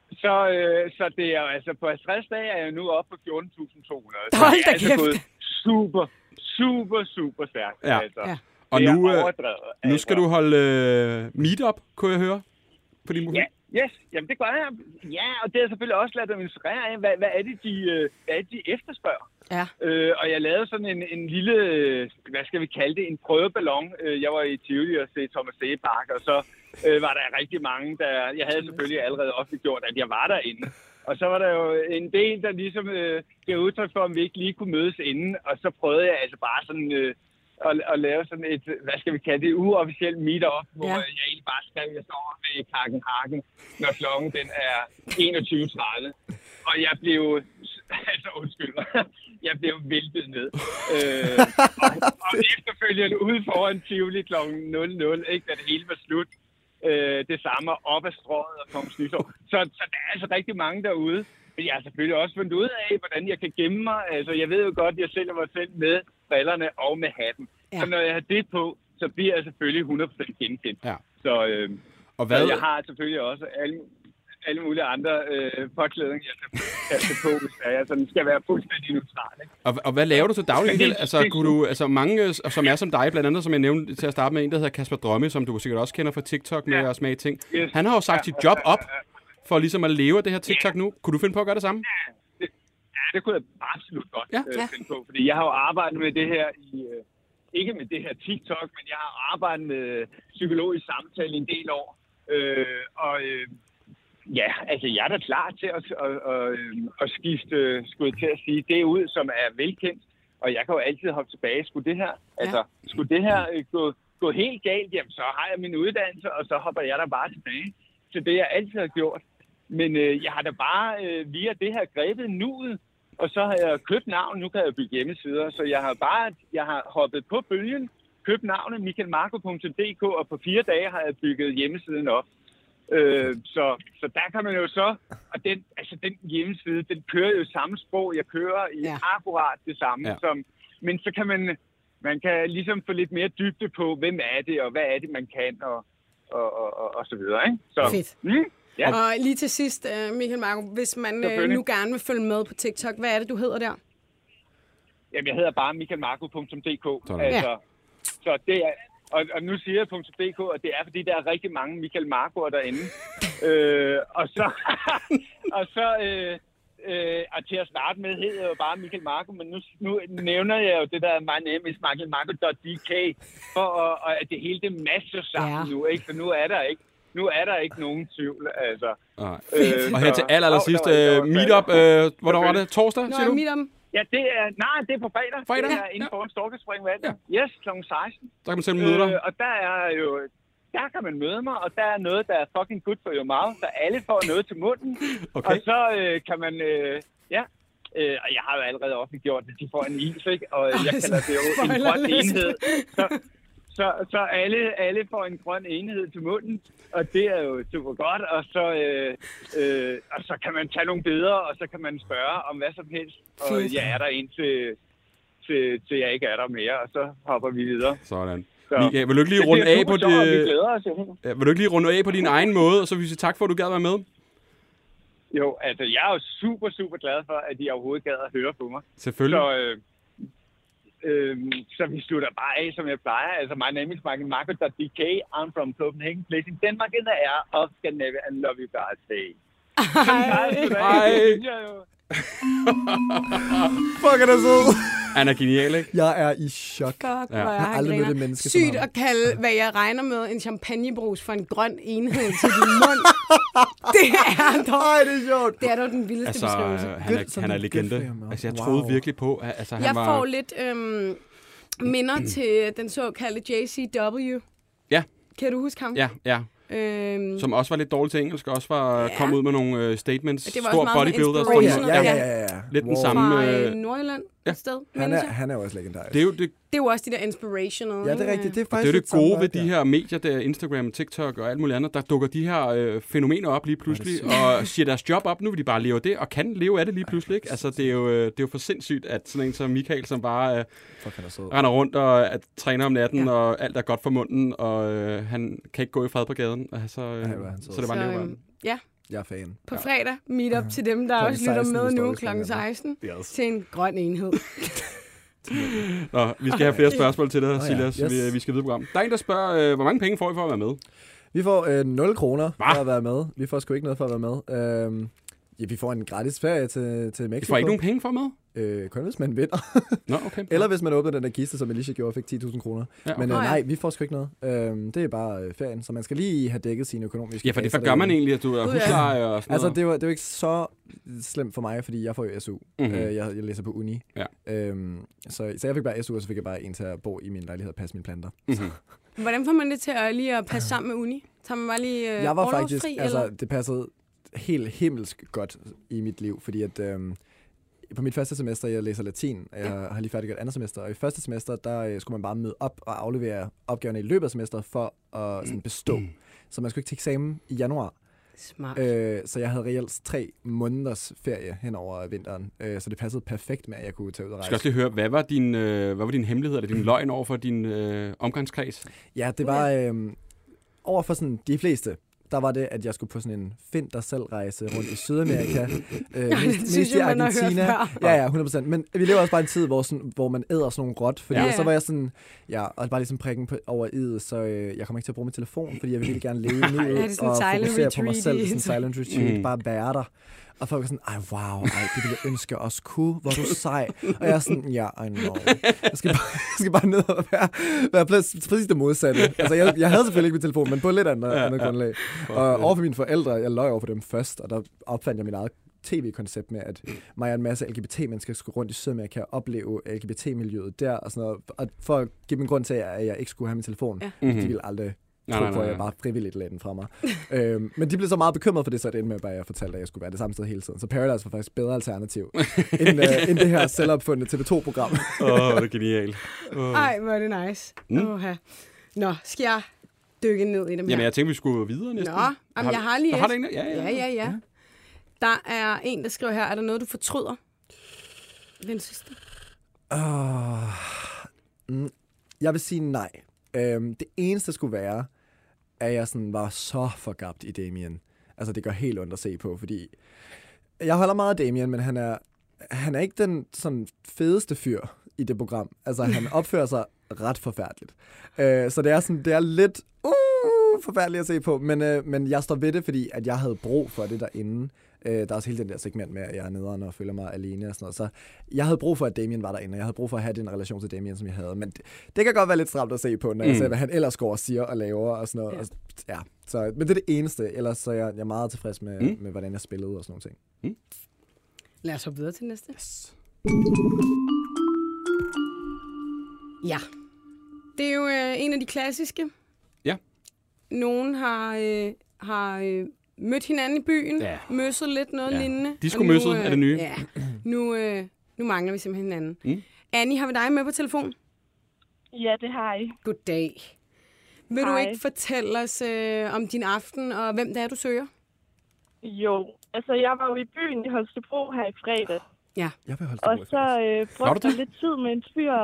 så, øh, så det er altså på halvtreds dage er jeg nu oppe på fjorten tusind to hundrede. Så Hold det da er altså kæft. gået super, super, super stærkt. Ja. Altså. Ja. Og Det er nu, øh, overdrevet, nu skal altså. du holde øh, meetup, kunne jeg høre, på din profil. Ja, yes. Jamen, det gør jeg. Ja, og det er selvfølgelig også ladet mig inspirere af, hvad, hvad er det, de, øh, hvad er det, de efterspørger. Ja. Øh, og jeg lavede sådan en, en lille, øh, hvad skal vi kalde det, en prøveballon. Øh, jeg var i Tivoli og se Thomas Segebakke, og så øh, var der rigtig mange, der... Jeg havde selvfølgelig allerede offentliggjort, at jeg var derinde. Og så var der jo en del, der ligesom øh, gav udtryk for, om vi ikke lige kunne mødes inden. Og så prøvede jeg altså bare sådan... Øh, At, at lave sådan et, hvad skal vi kalde det, uofficielt meet-up, hvor Ja. jeg egentlig bare skrev, at jeg står med Copenhagen, når klokken den er enogtyve tredive. Og jeg blev, altså undskyld mig, jeg blev væltet ned. øh, og, og efterfølgende ude foran Tivoli klokken nul nul, ikke, da det hele var slut. Øh, det samme op ad strået og Kongens Nytorv. Så, så der er altså rigtig mange derude. Men jeg har selvfølgelig også fundet ud af, hvordan jeg kan gemme mig. Altså, jeg ved jo godt, at jeg sælger mig selv med brillerne og med hatten. Ja. Så når jeg har det på, så bliver jeg selvfølgelig hundrede procent genkendt. Ja. Så, øh, Og hvad? så jeg har selvfølgelig også alle, alle mulige andre øh, påklædning, jeg kan kaste på, hvis jeg sådan skal være fuldstændig neutral. Ikke? Og, og hvad laver du så dagligt? Det- Altså, det- kunne du, altså mange, øh, som er som dig, blandt andet, som jeg nævnte til at starte med, en, der hedder Kasper Drømme, som du sikkert også kender fra TikTok med Ja. at smage ting. Yes. Han har jo sagt Ja, sit job ja, op ja, ja. for ligesom at leve af det her TikTok nu. Kunne du finde på at gøre det samme? Ja, det kunne jeg absolut godt Ja. øh, Ja. finde på. Fordi jeg har jo arbejdet med det her i... Øh, ikke med det her TikTok, men jeg har arbejdet med psykologisk samtale i en del år. Øh, og øh, ja, altså jeg er da klar til at, at, at, at skifte, skulle jeg til at sige, det ud, som er velkendt. Og jeg kan jo altid hoppe tilbage. Skulle det her, ja. altså, skulle det her øh, gå, gå helt galt, jamen så har jeg min uddannelse, og så hopper jeg der bare tilbage til det, jeg altid har gjort. Men øh, jeg har da bare øh, via det her grebet nuet, og så har jeg købt navn. Nu kan jeg bygge hjemmesider, så jeg har bare jeg har hoppet på bølgen, købt navnet michael marco punktum d k, og på fire dage har jeg bygget hjemmesiden op. Øh, så, så der kan man jo så, og den, altså den hjemmeside, den kører jo samme sprog, jeg kører i Ja. akkurat det samme. Ja. Som, men så kan man, man kan ligesom få lidt mere dybde på, hvem er det, og hvad er det, man kan, og, og, og, og, og så videre. Ikke? Så, Fedt. Mm, ja. Og lige til sidst, uh, Michael Marco, hvis man uh, Selvfølgelig. nu gerne vil følge med på TikTok, hvad er det, du hedder der? Jamen, jeg hedder bare michael marco punktum d k. Sådan. Altså, så det er, og, og nu siger jeg .dk, og det er, fordi der er rigtig mange Michael Marco'er derinde. øh, og så, og så øh, øh, og til at starte med hedder jeg jo bare Michael Marco, men nu, nu nævner jeg jo det der, my name is michael marco punktum d k, for at, og at det hele det matcher sammen Ja. nu, ikke? For nu er der ikke, nu er der ikke nogen tvivl, altså. Nej. Øh, Og her så- til aller, aller Hov, sidst, der var- der øh, var- meetup, øh, hvornår var det? Torsdag, Nå, siger du? mit om. Ja, det er, nej, det er på fredag. Fredag? Det er inden for Storkespringvand. Ja. Yes, klokken seksten. Så kan man selv møde dig. Øh, og der er jo, der kan man møde mig, og der er noget, der er fucking good for your mouth, så alle får noget til munden. Okay. Og så øh, kan man, øh, ja, øh, og jeg har jo allerede offentliggjort, at de får en is, ikke? Og jeg kalder det jo en grøn enhed. Så, så, så alle, alle får en grøn enhed til munden, og det er jo super godt. Og så, øh, øh, og så kan man tage nogle billeder, og så kan man spørge om hvad som helst. Og Fedt. jeg er der indtil til, til jeg ikke er der mere, og så hopper vi videre. Sådan. Så. Michael, vil du ikke lige Det runde bliver af på super sjovt, og vi det? glæder os jo. Ja, vil du ikke lige runde af på din egen måde, og så vil vi sige tak for, at du gad være med? Jo, altså jeg er jo super, super glad for, at I overhovedet gad at høre på mig. Selvfølgelig. Så, øh, øh, så vi slutter bare af, som jeg plejer. Altså, my name is michael marco punktum d k. I'm from Copenhagen, place in Denmark in the air of Scandinavia, and love you guys. Hey. Hej. Fuck, er det sød. Han er genial, ikke? Jeg er i chok. Fuck, hvor Ja. jeg Jeg har har aldrig mødt griner. et menneske som Sygt ham. at kalde, hvad jeg regner med, en champagnebrus for en grøn enhed til din mund. Det er dog, Ej, det er sjovt. det er dog den vildeste Altså, beskrivelse. øh, han er, Sådan han er en legende. gæft, jeg med. Altså, jeg Wow. troede virkelig på, at altså, han Jeg var... får lidt øhm, minder til den såkaldte J C W. Ja. Kan du huske ham? Ja, ja. Øhm, Som også var lidt dårlig til engelsk, og også var Ja. kommet ud med nogle uh, statements. Det var Stor også meget bodybuilder. med Stor, Oh, ja, inspiration. ja, ja, ja, ja. Lidt den Wow. samme... fra øh, øh, Nordjylland ja. et sted. Han mindes er, jeg. han er jo også legendarisk. Det er jo det, Det er jo også de der inspirational. Ja, det er rigtigt. Det er og faktisk det, er jo det lidt samme gode ved vibe, de ja. her medier, der Instagram, TikTok og alt muligt andet. Der dukker de her øh, fænomener op lige pludselig, og siger deres job op. Nu vil de bare leve af det, og kan leve af det lige pludselig. Ikke? Altså, det er, jo, øh, det er jo for sindssygt, at sådan en som Michael, som bare øh, Fuck, han er sød. render rundt og at, træner om natten, Ja. og alt er godt for munden, og øh, han kan ikke gå i fred på gaden. Altså, øh, Ej, hvor er han sød. så det er bare Så, leve af øhm, det. ja, Jeg er fan. På fredag, meet up til dem, der også lytter med nu klokken seksten yes. til en grøn enhed. Nå, vi skal have flere spørgsmål til dig, oh, ja. Silas. Yes. Vi, vi skal videre på programmet. Der er en, der spørger, øh, hvor mange penge får I for at være med? Vi får øh, nul kroner for at være med. Vi får sgu ikke noget for at være med. Øhm, ja, vi får en gratis ferie til, til Mexico. I får ikke nogen penge for at med? Øh, kun hvis man vinder. Nå, okay. Eller hvis man åbner den der kiste, som Alicia gjorde og fik ti tusind kroner. Ja, okay. Men øh, nej, vi får sgu ikke noget. Øhm, det er bare øh, ferien, så man skal lige have dækket sine økonomiske... Ja, for det, hvad gør man egentlig, at du er husleje og sådan Altså, noget? det var, det var ikke så slemt for mig, fordi jeg får jo S U. Mm-hmm. Øh, jeg, jeg læser på uni. Ja. Øhm, så, så jeg fik bare S U, og så fik jeg bare en til at bo i min lejlighed og passe mine planter. Mm-hmm. Hvordan får man det til at lige at passe sammen med uni? Tager man bare lige øh, jeg var faktisk, eller? altså, det passede helt himmelsk godt i mit liv, fordi at øhm, på mit første semester, jeg læser latin, og jeg ja. har lige færdiggjort andet semester, og i første semester, der øh, skulle man bare møde op og aflevere opgaverne i løbet af semesteret for at sådan, bestå. Så man skulle ikke til eksamen i januar. Smart. Øh, så jeg havde reelt tre måneders ferie hen over vinteren, øh, så det passede perfekt med, at jeg kunne tage ud og rejse. Jeg skal også lige høre, hvad var din, øh, hvad var din hemmelighed, eller din løgn over for din øh, omgangskreds? Ja, det var øh, over for sådan de fleste. Der var det, at jeg skulle på sådan en find dig selv rejse rundt i Sydamerika. øh, ja, det synes jeg, man har hørt før. Ja, ja, hundrede procent. Men vi lever også bare i en tid, hvor, sådan, hvor man æder sådan nogle rot. Fordi ja, ja. så var jeg sådan, ja, og bare ligesom prikken på, over i'et, så øh, jeg kommer ikke til at bruge min telefon, fordi jeg vil virkelig gerne leve i nuet ja, og fokusere på mig selv. Sådan silent retreat, mm. bare være der. Og folk er sådan, ej, wow, ej, det ville jeg ønske også kunne, hvor du sej. Og jeg er sådan, ja, yeah, I know. Jeg skal bare, jeg skal bare ned og være, være præcis det modsatte. Altså, jeg, jeg havde selvfølgelig ikke min telefon, men på lidt andet, ja, andet ja. grundlag. Og over for mine forældre, jeg løj over for dem først, og der opfandt jeg mit eget tv-koncept med, at mig og en masse L G B T-mennesker skulle rundt i Sydamerika og opleve L G B T-miljøet der, og sådan noget. Og for at give min grund til, at jeg ikke skulle have min telefon, ja. mm-hmm. de ville aldrig... Nej, nej, nej, nej. Jeg bare frivilligt lagde den fra mig. øhm, men de blev så meget bekymret for det, så det endte med, at jeg fortalte, at jeg skulle være det samme sted hele tiden. Så Paradise var faktisk et bedre alternativ, end, uh, end det her selvopfundne T V to-program. Åh, oh, det er genialt. Oh. Ej, hvor er det nice. Mm. Uh-huh. Nå, skal jeg dykke ned i dem her? Jamen, jeg tænkte, vi skulle videre næsten. Nå, jamen, jeg har lige et. Har det en? Ja, ja, ja, ja. Der er en, der skriver her, er der noget, du fortryder? Den sidste. Uh, mm, jeg vil sige nej. Um, det eneste skulle være, at jeg sådan var så forgabt i Damien. Altså, det gør helt ondt at se på, fordi jeg holder meget af Damien, men han er, han er ikke den sådan fedeste fyr i det program. Altså, han opfører sig ret forfærdeligt. Uh, så det er sådan, det er lidt uh, forfærdeligt at se på, men, uh, men jeg står ved det, fordi at jeg havde brug for det derinde. Uh, der er også hele den der segment med, at jeg er nederen og føler mig alene og sådan noget. Så jeg havde brug for, at Damien var derinde, og jeg havde brug for at have den relation til Damien, som jeg havde. Men det, det kan godt være lidt stramt at se på, når mm. jeg ser, hvad han ellers går og siger og laver og sådan noget. Ja. Og, ja. Så, men det er det eneste. Ellers så er jeg, jeg er meget tilfreds med, mm. med, hvordan jeg spillede og sådan nogle ting. Mm. Lad os hoppe videre til næste. Yes. Ja. Det er jo øh, en af de klassiske. Ja. Nogen har, øh, har øh, mødt hinanden i byen, ja. møsset lidt noget ja. lignende. De skulle møsset, øh, er det nye. Ja, nu, øh, nu mangler vi simpelthen hinanden. Mm. Annie, har vi dig med på telefon? Ja, det har I. Goddag. Vil Hej. du ikke fortælle os øh, om din aften, og hvem det er, du søger? Jo, altså jeg var jo i byen i Holstebro her i fredag. Ja. Jeg vil Holstebro. Og så øh, brugte jeg lidt tid med en fyr.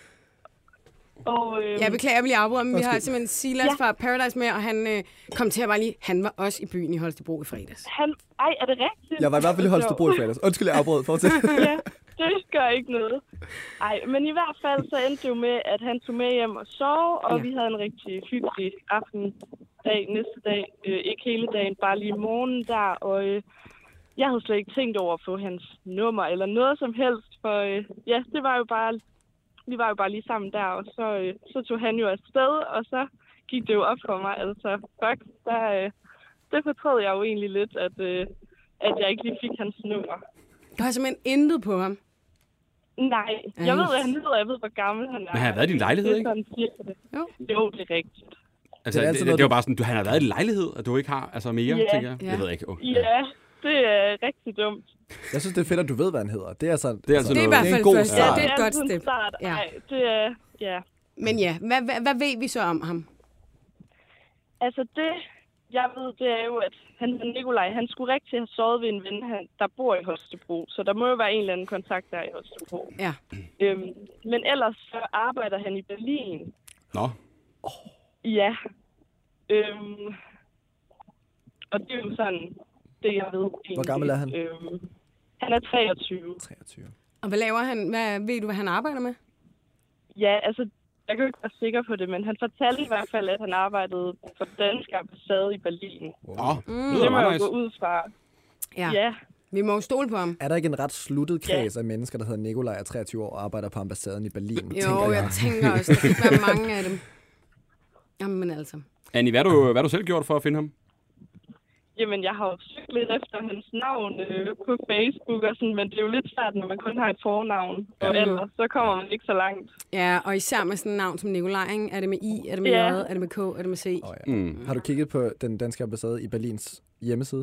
Og, øh, jeg beklager, jeg vil lige afbryde, men vi har simpelthen Silas ja. fra Paradise med, og han øh, kom til at bare lige, han var også i byen i Holstebro i fredags. Han, ej, er det rigtigt? Jeg var i hvert fald i Holstebro i fredags. Undskyld, jeg afbrød. Fortsæt. Ja, det gør ikke noget. Ej, men i hvert fald så endte det jo med, at han tog med hjem og sov, og ja. vi havde en rigtig hyggelig aften dag næste dag. Øh, ikke hele dagen, bare lige morgenen der, og øh, jeg havde slet ikke tænkt over at få hans nummer eller noget som helst, for øh, ja, det var jo bare... Vi var jo bare lige sammen der, og så, øh, så tog han jo afsted, og så gik det jo op for mig. Altså, fuck, der, øh, det fortrød jeg jo egentlig lidt, at, øh, at jeg ikke lige fik hans nummer. Du har simpelthen intet på ham? Nej, jeg ved, hvad han hedder, jeg ved, hvor gammel han er. Men han har været i din lejlighed, ikke? Det. Jo. jo, det er rigtigt. Altså, det er, det, det, det var bare sådan, du, han har været i din lejlighed, og du ikke har altså mere, yeah. tænker jeg. Ja. Jeg ved ikke. Oh, ja. ja, det er rigtig dumt. Jeg synes, det er fedt, at du ved, hvad han hedder. Det er, altså, det er, altså det er noget. i hvert fald god først. Ja, ja, det er et ja, godt step. Start. Ja. Ej, det er, ja. Men ja, hvad, hvad, hvad ved vi så om ham? Altså det, jeg ved, det er jo, at han, Nikolaj, han skulle rigtig have sovet ved en ven, han, der bor i Holstebro. Så der må jo være en eller anden kontakt der i Holstebro. Ja. Øhm, men ellers så arbejder han i Berlin. Nå. Ja. Øhm, og det er jo sådan, det, jeg ved. Egentlig. Hvor gammel er han? Øhm, han er treogtyve. treogtyve. Og hvad laver han? Hvad, ved du, hvad han arbejder med? Ja, altså, jeg kan jo ikke være sikker på det, men han fortalte i hvert fald, at han arbejdede for dansk ambassade i Berlin. Åh, Mm. Det må jeg jo nice. gå ud fra. Ja. Ja. Vi må jo stole på ham. Er der ikke en ret sluttet kreds af mennesker, der hedder Nikolaj, er treogtyve år og arbejder på ambassaden i Berlin? Jo, tænker jeg tænker også, der kan være mange af dem. Jamen altså. Annie, hvad har du, hvad har du selv gjort for at finde ham? Jamen, jeg har jo søgt lidt efter hans navn øh, på Facebook og sådan, men det er jo lidt svært, når man kun har et fornavn. Ja. Og ellers, så kommer man ikke så langt. Ja, og især med sådan et navn som Nikolaj, ikke? Er det med I, er det med Ja. J, er det med K, er det med C? Oh, ja. Mm. Har du kigget på den danske ambassade i Berlins hjemmeside?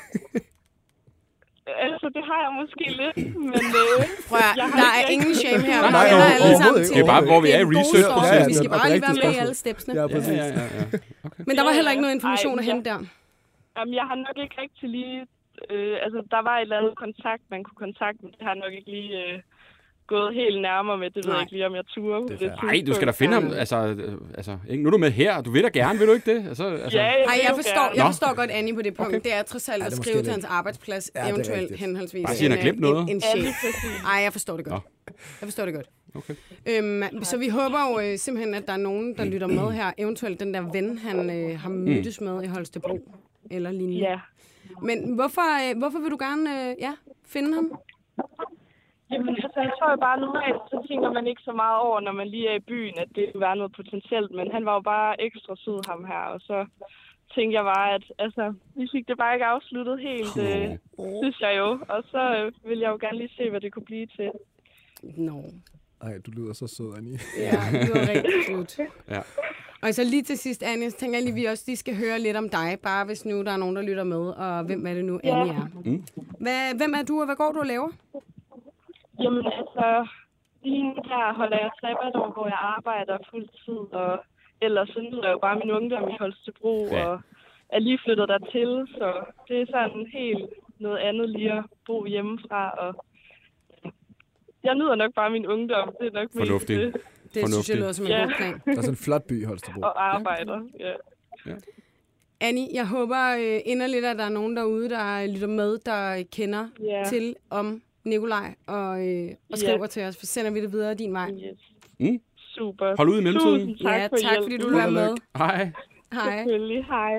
Altså, det har jeg måske lidt, men... Øh, Prøv at, jeg har der er ikke ingen shame her. Nej, Vi nej, kender alle overhovedet sammen ikke. til. Det er bare, hvor vi er i en god research-processen. story. Ja, Vi skal det er bare lige være oprigtigt med i spørgsmål. alle stepsene. Ja, Ja, præcis. ja, ja, ja. Okay. Men der var Ja, heller ja. ikke noget information Ej, at hente der. Jamen, jeg har nok ikke rigtig lige... Øh, altså, der var et eller andet kontakt, man kunne kontakte, men det har nok ikke lige øh, gået helt nærmere med. Det ved Nej. jeg ikke lige, om jeg turer på Det er det fair. Nej, du skal da finde ham. Altså, øh, altså ikke? Nu er du med her. Du vil da gerne, vil du ikke det? Altså, altså. Ja, jeg Ej, vil jeg jo forstår, gerne. jeg Nå. forstår godt Annie på det punkt. Okay. Det er trods alt Ja, at det er skrive måske til hans lidt- arbejdsplads, Ja, det er eventuelt rigtigt. henholdsvis. Bare sige, han har glemt en, noget. En, en Ja, lige chef. præcis. Ej, jeg forstår det godt. Jeg forstår det godt. Okay. Øhm, så vi håber jo øh, simpelthen, at der er nogen, der lytter med her. Eventuelt den der ven, han øh, har mødtes med i Holstebro. Eller lignende. Ja. Men hvorfor, øh, hvorfor vil du gerne øh, ja, finde ham? Jamen, altså, jeg tror jo bare normalt, så tænker man ikke så meget over, når man lige er i byen, at det kunne være noget potentielt. Men han var jo bare ekstra sød, ham her. Og så tænkte jeg bare, at altså, vi fik det bare ikke afsluttet helt, øh, synes jeg jo. Og så øh, ville jeg jo gerne lige se, hvad det kunne blive til. Nå. Ej, du lyder så sød, Annie. Ja, det var rigtig sødt. Ja. Og så lige til sidst, Annie, så tænker jeg lige, at vi også lige skal høre lidt om dig, bare hvis nu der er nogen, der lytter med, og hvem er det nu, Ja. Annie er. Mm. Hvad, hvem er du, og hvad går du og laver? Jamen altså, lige nu der holder jeg sabbatår, hvor jeg arbejder fuld tid, og ellers så nyder jeg jo bare min ungdom i Holstebro, Ja. og er lige flyttet dertil, så det er sådan helt noget andet lige at bo hjemmefra, og jeg nyder nok bare min ungdom, det er nok mest Fornuftigt. det, Det synes jeg lyder som en Ja. god plan. Der er sådan en flot by, Holstebro. og arbejder, ja. Annie, jeg håber øh, inderligt, at der er nogen derude, der lytter med, der kender Ja. til om Nikolaj, og, øh, og skriver til os, for så sender vi det videre din vej. Yes. Mm. Super. Hold ud i mellemtiden. Tusind tak Ja, for tak hjælpen. fordi du vil være med. Hej. Hej. Selvfølgelig, hej.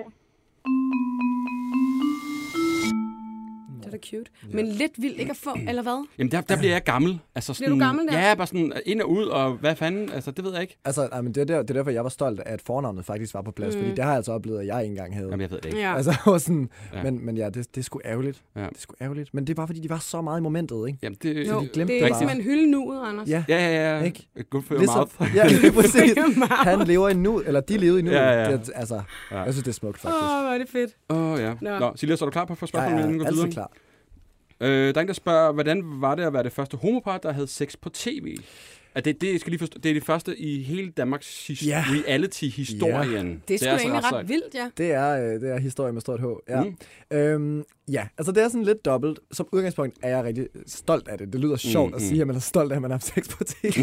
Det er da cute. Men lidt vildt ikke at få, eller hvad? Jamen, der, der bliver jeg gammel. Altså, sådan, Bliver du gammel der? Ja, bare sådan ind og ud, og hvad fanden, altså, det ved jeg ikke. Altså, nej, men det, er der, det er derfor, jeg var stolt af, at fornavnet faktisk var på plads, mm. fordi det har jeg altså oplevet, at jeg ikke engang havde. Jamen, jeg ved det ikke. Ja. Altså, jeg var sådan, Ja. men, men ja, det, det er sgu ærgerligt. Ja. Det er sgu ærgerligt. Men det er bare, fordi de var så meget i momentet, ikke? Jamen, det, Jo, de glemte det det er bare. simpelthen hylde nuet, Anders. Ja, Ja, ja, ja. Ikke? Good for your ligesom, mouth. ja, lige præcis. Meget. Han lever i nu, eller de levede i nu. Ja, ja. Det, altså, Ja. jeg synes, det er smukt, Åh, faktisk. oh, hvor er det fedt. Åh, oh, ja. Nå. Nå, Silja, så er du klar på at få Jeg spørgsmål, inden vi er går altid videre? klar. Øh, der er en, der spørger, hvordan var det at være det første homopar, der havde sex på tv? At det, det, jeg skal lige forstå, det er det første i hele Danmarks his- Ja. reality-historien. Det er sgu altså egentlig ret sejt. vildt, ja. Det er, øh, det er historie med stort H. Ja. Mm. Øhm, ja, altså det er sådan lidt dobbelt. Som udgangspunkt er jeg rigtig stolt af det. Det lyder sjovt Mm, at mm. sige, at man er stolt af, at man har sex på tv.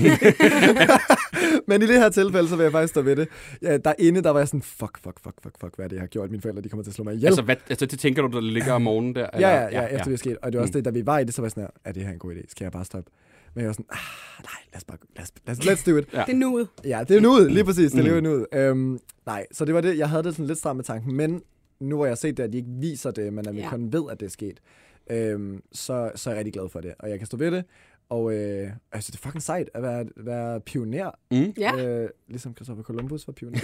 Men i det her tilfælde, så vil jeg faktisk stå ved det. Ja, derinde, der var jeg sådan, fuck, fuck, fuck, fuck, fuck, hvad er det, jeg har gjort? Mine forældre, de kommer til at slå mig ihjel. Altså, hvad, altså, det tænker du, der ligger om morgenen der? Ja, eller? ja, ja, efter vi er sket. Og det var også Mm. det, da vi var i det, så var jeg sådan her, er det her en god idé? Skal jeg bare stoppe? Men jeg var sådan, ah, nej, lad os bare, lad os, lad os, let's do it. Ja. Det er nuet. Ja, det er nuet, lige præcis, det Mm. lever nuet. Øhm, nej, så det var det, jeg havde det sådan lidt stramt med tanken, men nu hvor jeg har set det, at de ikke viser det, men at vi Ja. kun ved, at det er sket, øhm, så, så er jeg rigtig glad for det, og jeg kan stå ved det. Og øh, altså, det er fucking sejt at være, være pioner. Mm. Ja. Øh, ligesom Christopher Columbus var pioner.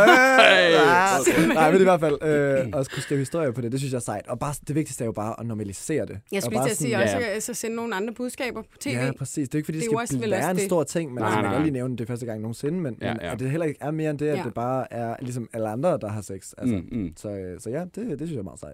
øh, nej, men i hvert fald øh, også kunne skrive historier på det, det synes jeg er sejt. Og bare, det vigtigste er jo bare at normalisere det. Jeg Og skulle bare lige til at sige sådan- også, ja. at så sende nogle andre budskaber på tv. Ja, præcis. Det er ikke, fordi det, Det er det jo også skal vel også være en det. stor ting, men Nej, altså, man nej, kan godt lige nej. nævne det første gang nogensinde, men, Ja, men ja. at det heller ikke er mere end det, at Ja. det bare er ligesom alle andre, der har sex. Altså, Mm, mm. Så, øh, så ja, det, det synes jeg er meget sejt.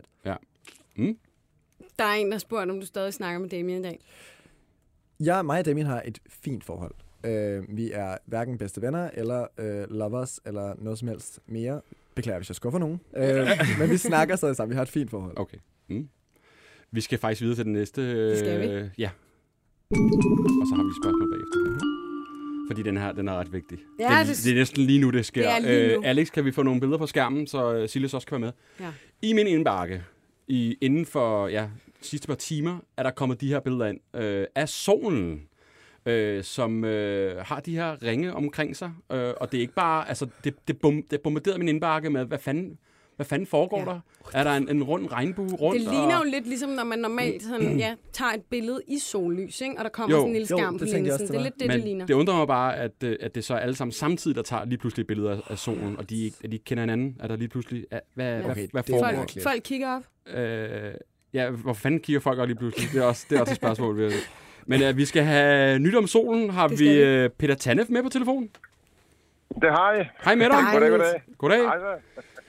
Der er en, der spurgte, om du stadig snakker med Damien i dag. Jeg, mig og Damien har et fint forhold. Øh, vi er hverken bedste venner, eller øh, lovers, eller noget som helst mere. Beklager, hvis jeg skuffer nogen. Øh, men vi snakker stadig sammen. Vi har et fint forhold. Okay. Mm. Vi skal faktisk videre til den næste. Det skal vi. øh, Ja. Og så har vi et spørgsmål bagefter. Fordi den her, den er ret vigtig. Ja, det, det- det er næsten lige nu, det sker. Det er lige nu. Øh, Alex, kan vi få nogle billeder på skærmen, så uh, Silas også kan være med. Ja. I min indbakke, i, inden for ja, sidste par timer, er der kommet de her billeder ind øh, af solen, øh, som øh, har de her ringe omkring sig. Øh, og det er ikke bare, altså det, det, bom, det bombarderede min indbakke med, hvad fanden, hvad fanden foregår ja. der? Er der en, en rund regnbue rundt? Det ligner og... jo lidt ligesom, når man normalt sådan, ja, tager et billede i sollys, ikke? Og der kommer jo. sådan en lille skærm på linsen. Det er lidt det, Men det ligner. det undrer mig bare, at, at det så er alle sammen samtidig, der tager lige pludselig billeder af, af solen, og de ikke, at de ikke kender hinanden. Er der lige pludselig... Hvad, ja. hvad, okay, hvad foregår? Folk, folk kigger op. Øh, ja, hvor fanden kigger folk op lige pludselig? Det er også, det er også et spørgsmål. Men uh, vi skal have nyt om solen. Har vi uh, Peter Tanef med på telefonen? Det har jeg. Hej med dig. Goddag, goddag. Goddag. Hej så.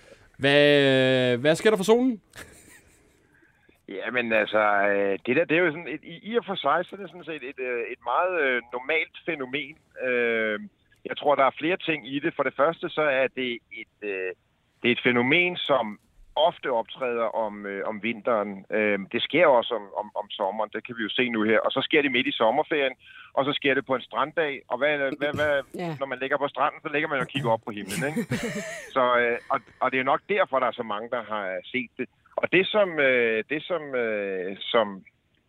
Hvad, hvad sker der for solen? Jamen altså, det der, det er jo sådan, et, i og for sig, så er det sådan set et, et meget normalt fænomen. Jeg tror, der er flere ting i det. For det første, så er det et, det er et fænomen, som ofte optræder om, om vinteren. Det sker også om, om, om sommeren, det kan vi jo se nu her. Og så sker det midt i sommerferien, og så sker det på en stranddag. Og hvad, hvad, hvad, ja. når man ligger på stranden, så ligger man og kigger op på himlen, ikke? Så, og, og det er nok derfor, der er så mange, der har set det. Og det, som, det, som, som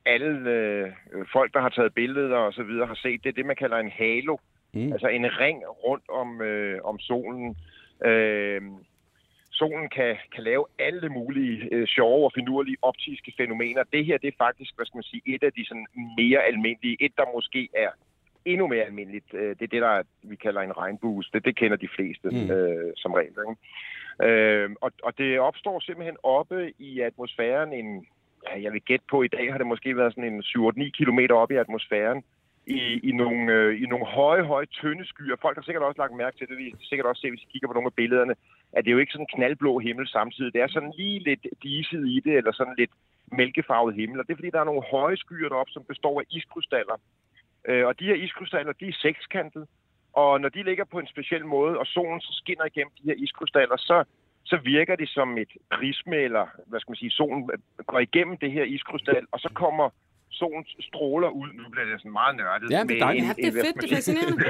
alle folk, der har taget billeder og så videre, har set, det er det, man kalder en halo. Mm. Altså en ring rundt om, om solen. Øh, Solen kan, kan lave alle mulige øh, sjove og finurlige optiske fænomener. Det her, det er faktisk, hvad skal man sige, et af de sådan mere almindelige. Et, der måske er endnu mere almindeligt. Øh, det er det, der vi kalder en regnbue. Det, det kender de fleste mm. øh, som regel. Ikke? Øh, og, og det opstår simpelthen oppe i atmosfæren. En, ja, jeg vil gætte på, i dag har det måske været sådan en syv otte ni kilometer oppe i atmosfæren. I, i, nogle, øh, i nogle høje, høje, tynde skyer. Folk har sikkert også lagt mærke til det. Vi kan sikkert også se, hvis I kigger på nogle af billederne, at det er jo ikke sådan en knaldblå himmel samtidig. Det er sådan lige lidt diset i det, eller sådan lidt mælkefarvet himmel. Og det er, fordi der er nogle høje skyer deroppe, som består af iskrystaller. Øh, og de her iskrystaller, de er sekskantede. Og når de ligger på en speciel måde, og solen så skinner igennem de her iskrystaller, så, så virker det som et prisme, eller hvad skal man sige, solen går igennem det her iskrystal, og så kommer solen stråler ud. Nu bliver det sådan meget nørdet. Ja, det er dejligt. Ja, det er fedt, det er fascinerende.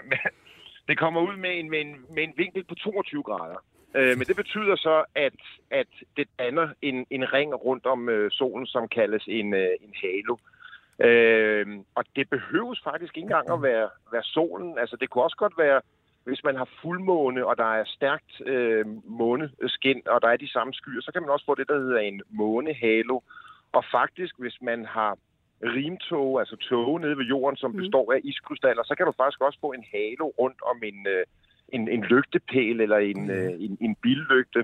Det kommer ud med en, med en, med en vinkel på toogtyve grader. Øh, men det betyder så, at, at det danner en, en ring rundt om øh, solen, som kaldes en, øh, en halo. Øh, og det behøves faktisk ikke engang at være, være solen. Altså, det kunne også godt være, hvis man har fuldmåne, og der er stærkt øh, måneskin, og der er de samme skyer, så kan man også få det, der hedder en månehalo. Og faktisk, hvis man har rimtog, altså tog nede ved jorden, som består af iskrystaller, så kan du faktisk også få en halo rundt om en, en, en lygtepæl eller en, en, en billygte.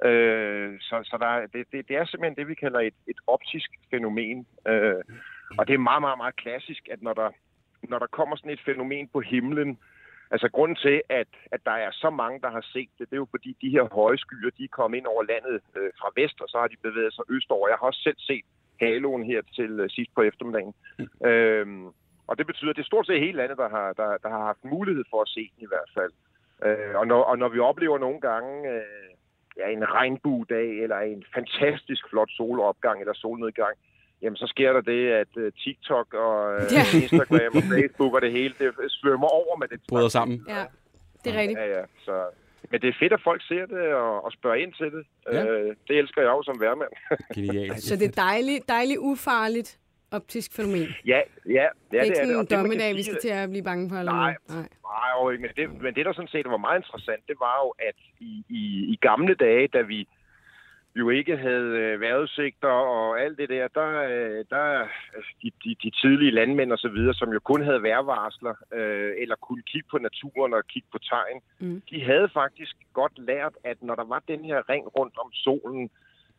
Øh, så så der, det, det, det er simpelthen det, vi kalder et, et optisk fænomen. Øh, og det er meget, meget, meget klassisk, at når der, når der kommer sådan et fænomen på himlen, altså grunden til, at, at der er så mange, der har set det, det er jo fordi de her høje skyer, de er kommet ind over landet øh, fra vest, og så har de bevæget sig østover. Jeg har også selv set haloen her til uh, sidst på eftermiddagen. Mm. Øhm, og det betyder, at det er stort set hele landet, der har, der, der har haft mulighed for at se den i hvert fald. Øh, og, når, og når vi oplever nogle gange øh, ja, en regnbuedag, eller en fantastisk flot solopgang eller solnedgang, jamen så sker der det, at uh, TikTok og uh, Instagram og Facebook og det hele, det svømmer over med det. Bryder sammen. Ja, det er rigtigt. Ja, ja, så... Men det er fedt, at folk ser det og, og spørger ind til det. Ja. Øh, det elsker jeg jo som værmand. Genialt. Så det er dejligt, dejligt ufarligt optisk fænomen. Ja, ja, ja det er ikke det sådan er en dommedag, vi skal til at blive bange for. Eller nej, nej, nej jo ikke. Men det, men det, der sådan set var meget interessant, det var jo, at i, i, i gamle dage, da vi jo ikke havde vejrudsigter og alt det der, der, der de, de, de tidlige landmænd og så videre, som jo kun havde vejrvarsler, øh, eller kunne kigge på naturen og kigge på tegn, mm. de havde faktisk godt lært, at når der var den her ring rundt om solen,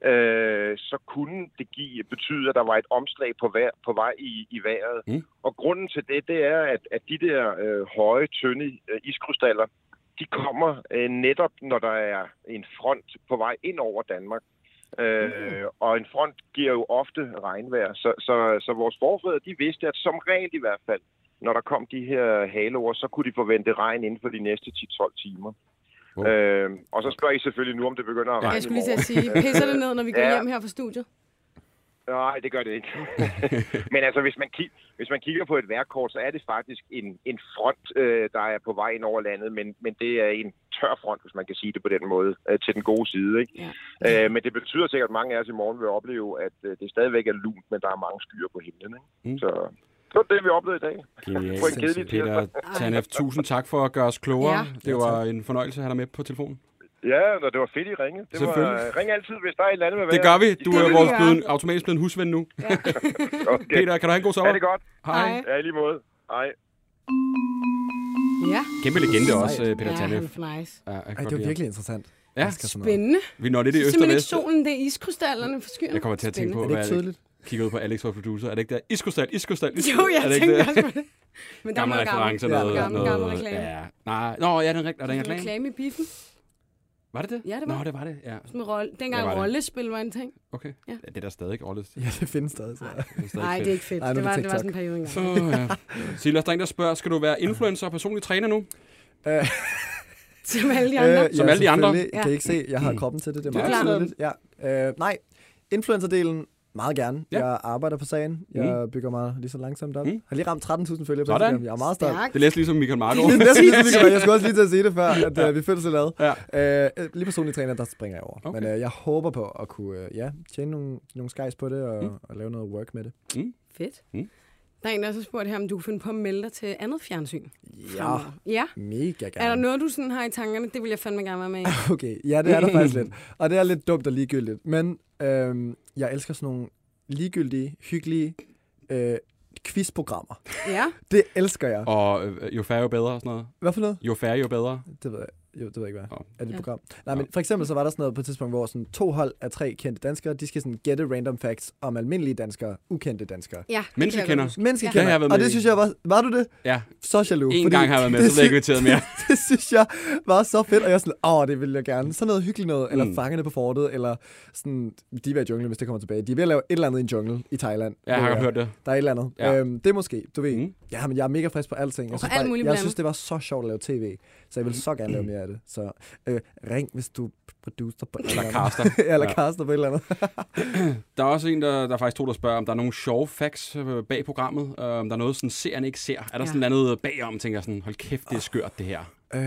øh, så kunne det give, betyde, at der var et omslag på, vejr, på vej i, i vejret. Mm. Og grunden til det, det er, at, at de der øh, høje, tynde øh, iskrystaller, de kommer øh, netop, når der er en front på vej ind over Danmark. Øh, mm. Og en front giver jo ofte regnvejr. Så, så, så vores forfædre, de vidste, at som regel i hvert fald, når der kom de her haleår, så kunne de forvente regn inden for de næste ti til tolv timer. Oh. Øh, og så spørger I selvfølgelig nu, om det begynder at regne. Jeg skulle lige til at sige, pisser det ned, når vi går ja. hjem her fra studiet? Nej, det gør det ikke. Men altså, hvis man, kig, hvis man kigger på et værkkort, så er det faktisk en, en front, øh, der er på vej ind over landet, men, men det er en tør front, hvis man kan sige det på den måde, øh, til den gode side. Ikke? Ja. Øh, men det betyder sikkert, at mange af os i morgen vil opleve, at øh, det stadigvæk er lunt, men der er mange skyer på himlen. Ikke? Mm. Så det var det, vi oplevede i dag. Genialt. På en kedelig Peter Tanev, tusind tak for at gøre os klogere. Ja. Det var en fornøjelse at have dig med på telefonen. Ja, det var fedt, I ringe. Det var, ring altid, hvis der er et eller andet med det gør vi. Du er vores blevet, automatisk blevet en husven nu. Ja. Okay. Peter, kan du have en god sommer? Ha' det godt. Hej. Ja, i lige måde. Hej. Ja. Kæmpe legende også, Peter Tanev. Ja, nice. Ja, Ej, det var virkelig interessant. Ja, spændende. Vi når lidt i øst og vest. Simpelthen ikke solen, det er iskrystallerne for skyerne. Jeg kommer til at tænke på, hvad er det kigger ud på Alex, vores producer. Er det ikke der? Iskrystal, iskrystal, iskrystal. Jo, jeg tænkte også på det. Men der gammel reference noget. Gammel, gammel reklame. Ja. Nej, nå, ja, den er den reklame. Reklame i biffen. Var det det? Ja, det var. Nå, det var det, ja. Med rolle. Dengang var rollespil var en ting. Okay. Ja. Det er der stadig rollespil. Ja, det findes stadig. Så. Nej, det er ikke fedt. Ej, det, var, det var sådan en periode engang. Så, ja. Silas, der er en, der spørger, skal du være influencer og personlig træner nu? Som alle de andre. Øh, ja, Som alle de andre. Kan I ikke se, jeg har kroppen til det. Det er meget tydeligt. Ja. Øh, nej, influencerdelen meget gerne. Ja. Jeg arbejder på sagen. Jeg mm. bygger mig lige så langsomt op. Mm. Har lige ramt tretten tusind følgere på Instagram. Jeg er meget stolt. Det er næsten ligesom Michael Marco. Det er næsten ligesom Michael. Jeg skulle også lige til at sige det før, at uh, vi følte sig lavet. Ja. Uh, lige personlig træner, der springer jeg over. Okay. Men uh, jeg håber på at kunne uh, ja, tjene nogle, nogle skejs på det og, mm. og lave noget work med det. Mm. Fedt. Mm. Der er en, der også spurgt her, om du kan finde på at melde dig til andet fjernsyn. Ja, ja, mega gerne. Er der noget, du sådan har i tankerne? Det vil jeg fandme gerne være med i. Okay, ja, det er der faktisk lidt. Og det er lidt dumt og ligegyldigt. Men øhm, jeg elsker sådan nogle ligegyldige, hyggelige øh, quizprogrammer. Ja. Det elsker jeg. Og øh, jo færre jo bedre og sådan noget. Hvad for noget? Jo færre jo bedre. Det ved jeg. Jo, det ved jeg ikke, hvad. Oh. Er det et ja. program? Nej, men for eksempel så var der sådan noget på et tidspunkt, hvor sådan to hold af tre kendte danskere, de skal sådan gætte random facts om almindelige danskere, ukendte danskere. Ja, Menneskekender. Menneskekender. Ja, og det synes jeg var... Var du det? Ja. Så jaloux. En gang har jeg været med, så blev jeg inviteret mere. Det synes jeg var så fedt, og jeg er sådan, åh, det vil jeg gerne. Sådan noget hyggeligt noget, eller mm. Fangerne på fortet, eller sådan, de er i junglen, hvis det kommer tilbage. De er ved at lave et eller andet i en jungle i Thailand. Ja, jeg har jeg hørt det. Der er et eller andet. Ja. Øhm, det er måske, du ved. Mm. Ja, men jeg er mega frisk på alting. Jeg synes, alt bare, jeg synes det var så sjovt at lave tv, så jeg vil så gerne lave mere af det. Så øh, ring, hvis du producer på et eller caster. eller ja. caster på et eller andet. Der er også en, der, der er faktisk to, der spørger, om der er nogle sjove facts bag programmet. Om der er noget, sådan seeren ikke ser. Er der ja. sådan noget bagom, tænker sådan, hold kæft, det er skørt, det her. Øh,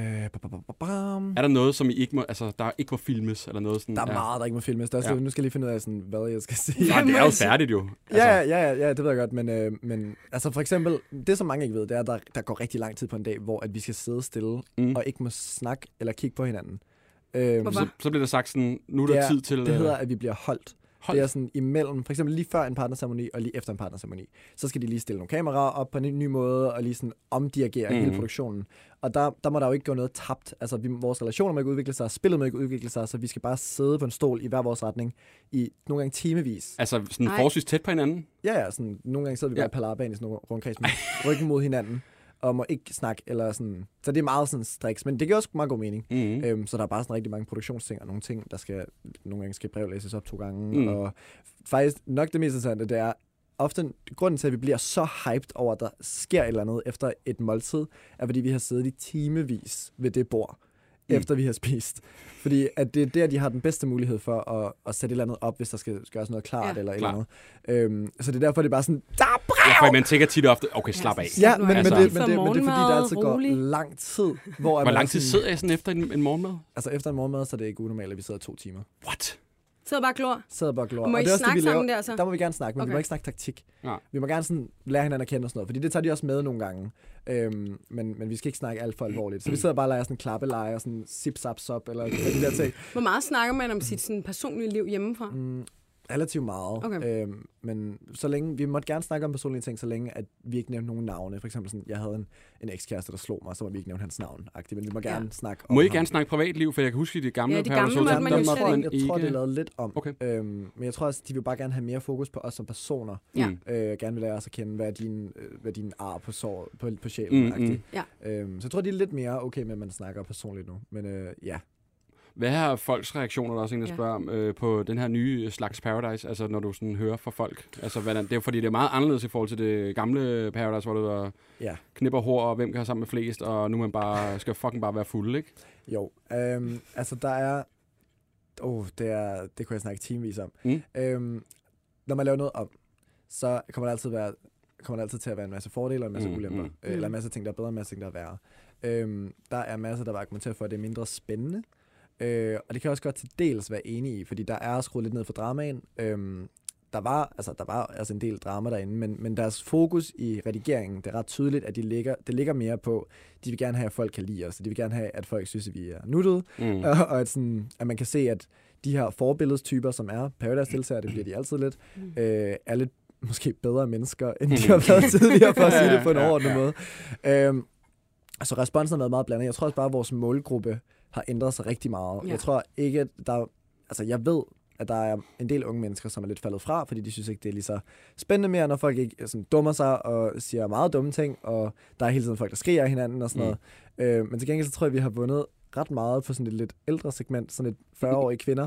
er der noget, som I ikke må, altså, der ikke må filmes? Eller noget sådan, der er ja. meget, der ikke må filmes. Der er ja. Nu skal jeg lige finde ud af, sådan, hvad jeg skal sige. Nej, det er jo færdigt jo. Altså. Ja, ja, ja, ja, det ved jeg godt. Men, øh, men altså for eksempel, det som mange ikke ved, det er, at der, der går rigtig lang tid på en dag, hvor at vi skal sidde stille mm. og ikke må snakke eller kigge på hinanden. Øhm, så, så bliver der sagt sådan, nu er der tid til... Det hedder, at vi bliver holdt. Hold. Det er sådan imellem, for eksempel lige før en partnerceremoni og lige efter en partnerceremoni. Så skal de lige stille nogle kameraer op på en ny måde og lige sådan omdirigere mm. hele produktionen. Og der, der må der jo ikke gå noget tabt. Altså vi, vores relationer må ikke udvikle sig, spillet må ikke udvikle sig, så vi skal bare sidde på en stol i hver vores retning i nogle gange timevis. Altså sådan forholdsvis tæt på hinanden? Ja, ja. Sådan, nogle gange sidder vi bare ja. i palarbanen i sådan en rundkreds med ryggen mod hinanden. Og må ikke snakke, eller sådan. Så det er meget sådan striks, men det giver også meget god mening. Mm-hmm. Øhm, så der er bare sådan rigtig mange produktionsting, og nogle ting, der skal, nogle gange skal brevlæses op to gange. Mm. Og faktisk nok det mest interessante, det er ofte, grunden til, at vi bliver så hyped over, at der sker et eller andet efter et måltid, er fordi vi har siddet i timevis ved det bord, mm. efter vi har spist. Fordi at det er der, de har den bedste mulighed for at, at sætte et eller andet op, hvis der skal gøres noget klart, ja, eller et eller andet. Øhm, så det er derfor, det er bare sådan, der er brev! Ja, for man tænker tit ofte, okay, slap af. Ja, men, altså. men, det, men, det, men det er fordi, der altid går lang tid. Hvor, hvor lang tid sidder jeg sådan efter en, en morgenmad? Altså efter en morgenmad, så er det ikke unormalt, at vi sidder to timer. What? Sidder bare glor? Sidder bare glor. Må I snakke sammen der så? Der må vi gerne snakke, men okay. vi må ikke snakke taktik. Ja. Vi må gerne sådan lære hinanden at kende og sådan noget, fordi det tager de også med nogle gange. Øhm, men, men vi skal ikke snakke alt for alvorligt. Så vi sidder bare og leger sådan en klappeleje og sådan zip-zap-zop eller de der ting. Hvor meget snakker man om sit sådan, personlige liv hjemmefra? Mm, relativt meget. Okay. Øhm, men så længe, vi måtte gerne snakke om personlige ting, så længe at vi ikke nævnte nogen navne. For eksempel sådan, jeg havde en, en ekskæreste, der slog mig, så må vi ikke nævne hans navn. Men vi må gerne ja. snakke om Må I ham. gerne snakke privatliv, for jeg kan huske, at de gamle... Ja, de gamle måtte man jo slet ikke. Jeg tror, det er lavet lidt om. Okay. Øhm, men jeg tror også, de vil bare gerne have mere fokus på os som personer. Ja. Øh, gerne vil lære os at kende, hvad er din, hvad er din ar på, sår, på, på sjælen. Mm, mm. Ja. Øhm, så jeg tror, de er lidt mere okay med, at man snakker personligt nu. Men øh, ja. Hvad er folks reaktioner, der er også en, der spørger om, øh, på den her nye slags Paradise, altså når du sådan hører fra folk? Altså, hvordan, det er jo fordi, det er meget anderledes i forhold til det gamle Paradise, hvor det var ja. knipper hår, og hvem kan have sammen med flest, og nu man bare skal fucking bare være fuld, ikke? Jo, øhm, altså der er... Åh, oh, det, er, det kunne jeg snakke timevis om. Mm. Øhm, når man laver noget om, så kommer der altid, være, kommer der altid til at være en masse fordele og en masse mm, ulemper. Mm. Eller en masse ting, der er bedre, og en masse ting, der er værre. Øhm, der er masser, der vil argumentere for, at det er mindre spændende. Øh, og det kan jeg også godt til dels være enig i, fordi der er skruet lidt ned for dramaen. Øhm, der var, altså, der var altså en del drama derinde, men, men deres fokus i redigeringen, det er ret tydeligt, at de ligger, det ligger mere på, de vil gerne have, at folk kan lide os. De vil gerne have, at folk synes, at vi er nuttede. Mm. Og, og at, sådan, at man kan se, at de her forbilledstyper, som er Paradise-deltagere, det bliver de altid lidt, mm. øh, er lidt måske bedre mennesker, end de har været tidligere, for at sige det på en overordnet måde. Øhm, altså responsen har været meget blandet. Jeg tror også bare, at vores målgruppe har ændret sig rigtig meget. Ja. Jeg tror ikke, at der... Altså, jeg ved, at der er en del unge mennesker, som er lidt faldet fra, fordi de synes ikke, det er lige så spændende mere, når folk ikke sådan, dummer sig og siger meget dumme ting, og der er hele tiden folk, der skriger af hinanden og sådan mm. noget. Øh, men til gengæld så tror jeg, at vi har vundet ret meget på sådan et lidt ældre segment, sådan et fyrre-årige kvinder.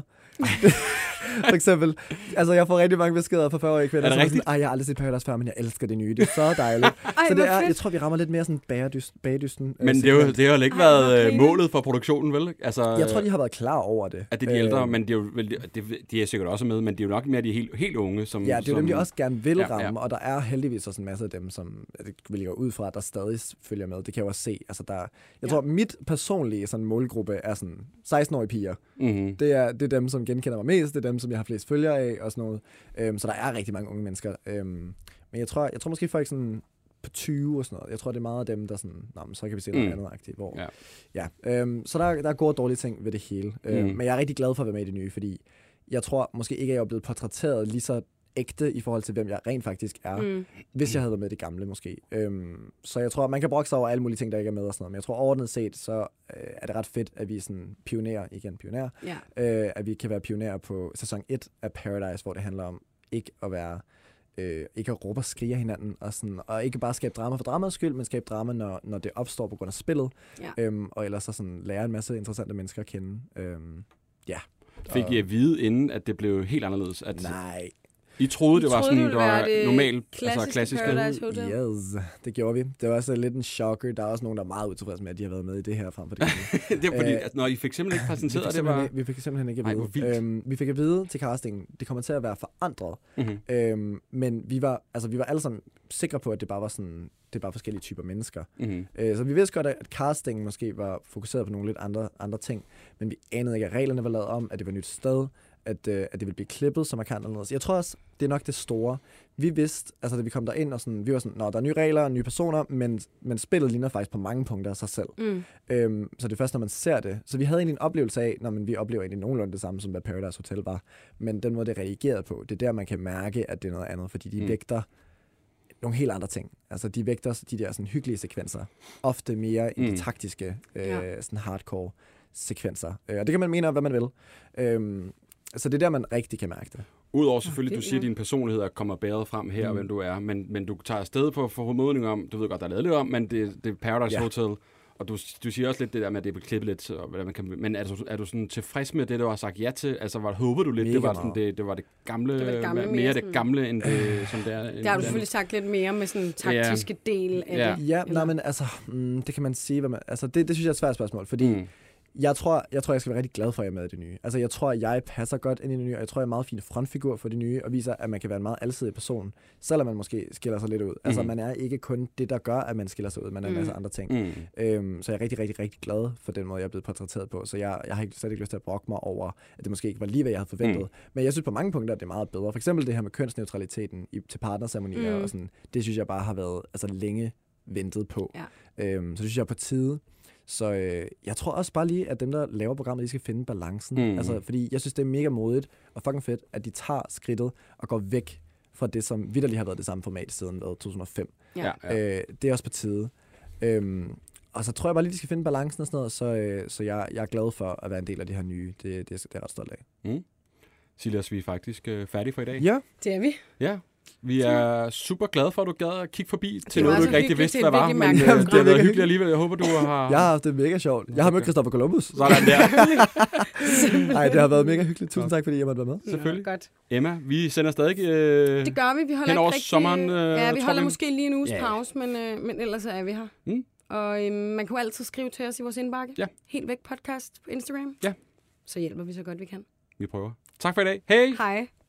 For eksempel, altså jeg får rigtig mange beskeder fra fyrre-årige kvinder, som er sådan, ej, jeg har aldrig set Paradise før, men jeg elsker det nye, det er så dejligt. Ej, så det er, jeg tror, vi rammer lidt mere sådan bagdysten. bagdysten men det, er jo, det har jo ikke ej, været målet for produktionen, vel? Altså, jeg tror, de har været klar over det. At det er de ældre, øh, men de er, jo, de, de er sikkert også med, men de er jo nok mere de helt, helt unge. Som, ja, det er jo som, dem, de også gerne vil ramme, ja, ja. Og der er heldigvis også en masse af dem, som det vil jeg gå ud fra, der stadig følger med. Det kan jeg jo også se. Altså, der, jeg ja. tror, mit personlige sådan, målgruppe er sådan seksten-årige piger. Mm-hmm. Det, er, det er dem, som genkender mig mest. Det er dem, som jeg har flest følgere af og sådan noget. Øhm, så der er rigtig mange unge mennesker. Øhm, men jeg tror, jeg tror måske folk sådan på tyve og sådan noget. Jeg tror, det er meget af dem, der sådan, nå, men så kan vi se noget mm. andet aktivt. Hvor, ja. Ja, øhm, så der, der er gode og dårlige ting ved det hele. Mm. Øhm, men jeg er rigtig glad for at være med i det nye, fordi jeg tror måske ikke, at jeg er blevet portrætteret lige så ægte i forhold til, hvem jeg rent faktisk er, mm. hvis jeg havde været med det gamle måske. Øhm, så jeg tror, man kan brokke sig over alle mulige ting, der ikke er med og sådan noget, men jeg tror overordnet set, så øh, er det ret fedt, at vi er sådan pionerer, igen pionerer, ja. øh, at vi kan være pionerer på sæson et af Paradise, hvor det handler om ikke at være, øh, ikke at råbe og skrige hinanden, og, sådan, og ikke bare skabe drama for dramaets skyld, men skabe drama, når, når det opstår på grund af spillet, ja. øhm, og ellers så sådan lære en masse interessante mennesker at kende. Øhm, ja. Fik I at vide inden, at det blev helt anderledes? At Nej. I troede, det var troede, sådan, det var det normalt, klassiske altså klassisk. Paradise Hotel. Yes, det gjorde vi. Det var også lidt en shocker. Der er også nogen, der er meget utilfredse med, at de har været med i det her frem for det. Det er fordi, Æh, altså, når I fik simpelthen ikke præsenteret det, var... Vi fik simpelthen ikke at vide. Ej, øhm, vi fik at vide til castingen, det kommer til at være forandret. Mm-hmm. Øhm, men vi var, altså, vi var alle sammen sikre på, at det bare var sådan, det er bare forskellige typer mennesker. Mm-hmm. Øh, så vi vidste godt, at castingen måske var fokuseret på nogle lidt andre, andre ting, men vi anede ikke, at reglerne var lavet om, at det var et nyt sted, at, øh, at det ville blive klippet, som man kan anderledes. Jeg tror også, det er nok det store. Vi vidste, altså da vi kom derind, og sådan, vi var sådan, nå, der er nye regler og nye personer, men, men spillet ligner faktisk på mange punkter af sig selv. Mm. Øhm, så det er først, når man ser det. Så vi havde egentlig en oplevelse af, når man, vi oplever egentlig nogenlunde det samme, som hvad Paradise Hotel var, men den måde, det reagerede på, det er der, man kan mærke, at det er noget andet, fordi de mm. vægter nogle helt andre ting. Altså, de vægter de der sådan hyggelige sekvenser, ofte mere end mm. de taktiske, øh, ja. sådan hardcore sekvenser. Øh, og det kan man mene om, hvad man vil. Øhm, Så det er der, man rigtig kan mærke det. Udover selvfølgelig, du siger, at din personlighed er kommer bedre frem her, mm. hvem du er, men, men du tager afsted på formodning om, du ved godt, der er lavet lidt om, men det, det er Paradise ja. Hotel, og du, du siger også lidt det der med, at det er klippet lidt, og hvad man kan, men er du, er du sådan tilfreds med det, du har sagt ja til? Altså, hvad håber du lidt, det var, sådan, det, det var det gamle, det var det gamle mere, mere det gamle, end det, som det er? Der har du selvfølgelig sagt lidt mere med sådan taktiske ja. del af ja. det. Ja, nej, men altså, mm, det kan man sige, hvad man, altså, det, det synes jeg er et svært spørgsmål, fordi mm. Jeg tror, jeg tror, jeg skal være rigtig glad for, at jeg er med i det nye. Altså, jeg tror, at jeg passer godt ind i det nye, og jeg tror, jeg er en meget fin frontfigur for det nye, og viser, at man kan være en meget alsidig person, selvom man måske skiller sig lidt ud. Altså, mm. man er ikke kun det, der gør, at man skiller sig ud, man er en masse mm. andre ting. Mm. Øhm, så jeg er rigtig, rigtig, rigtig glad for den måde, jeg er blevet portrætteret på. Så jeg, jeg har ikke, slet ikke lyst til at brokke mig over, at det måske ikke var lige, hvad jeg havde forventet. Mm. Men jeg synes på mange punkter, at det er meget bedre. For eksempel det her med kønsneutraliteten i, til partnerceremonier, mm. og sådan, det synes jeg bare har været altså, længe ventet på. Ja. Øhm, så synes jeg er på tide. Så øh, jeg tror også bare lige, at dem, der laver programmet, de skal finde balancen. Mm. Altså, fordi jeg synes, det er mega modigt og fucking fedt, at de tager skridtet og går væk fra det, som vitterligt har været det samme format siden to tusind og fem. Ja. Øh, det er også på tide. Øhm, og så tror jeg bare lige, de skal finde balancen og sådan noget, så, øh, så jeg, jeg er glad for at være en del af det her nye. Det, det, det er jeg ret stolt af. Mm. Silas, vi er faktisk øh, færdige for i dag. Ja. Det er vi. Ja. Vi er super glade for, at du gad at kigge forbi til noget, du ikke rigtig vidste, hvad var. Men det, det har været hyggeligt alligevel. Jeg håber, du har... Jeg har haft det mega sjovt. Jeg har mødt Christopher Columbus. Sådan der. Nej, det har været mega hyggeligt. Tusind tak, fordi jeg måtte være med. Selvfølgelig. Ja, godt. Emma, vi sender stadig øh, det gør vi. Vi holder hen over ikke rigtig... sommeren. Øh, ja, vi holder vi... måske lige en uges yeah. pause, men, øh, men ellers er vi her. Mm. Og øh, man kan jo altid skrive til os i vores indbakke. Ja. Helt væk podcast på Instagram. Ja. Så hjælper vi så godt, vi kan. Vi prøver. Tak for i dag. Hej. Hej.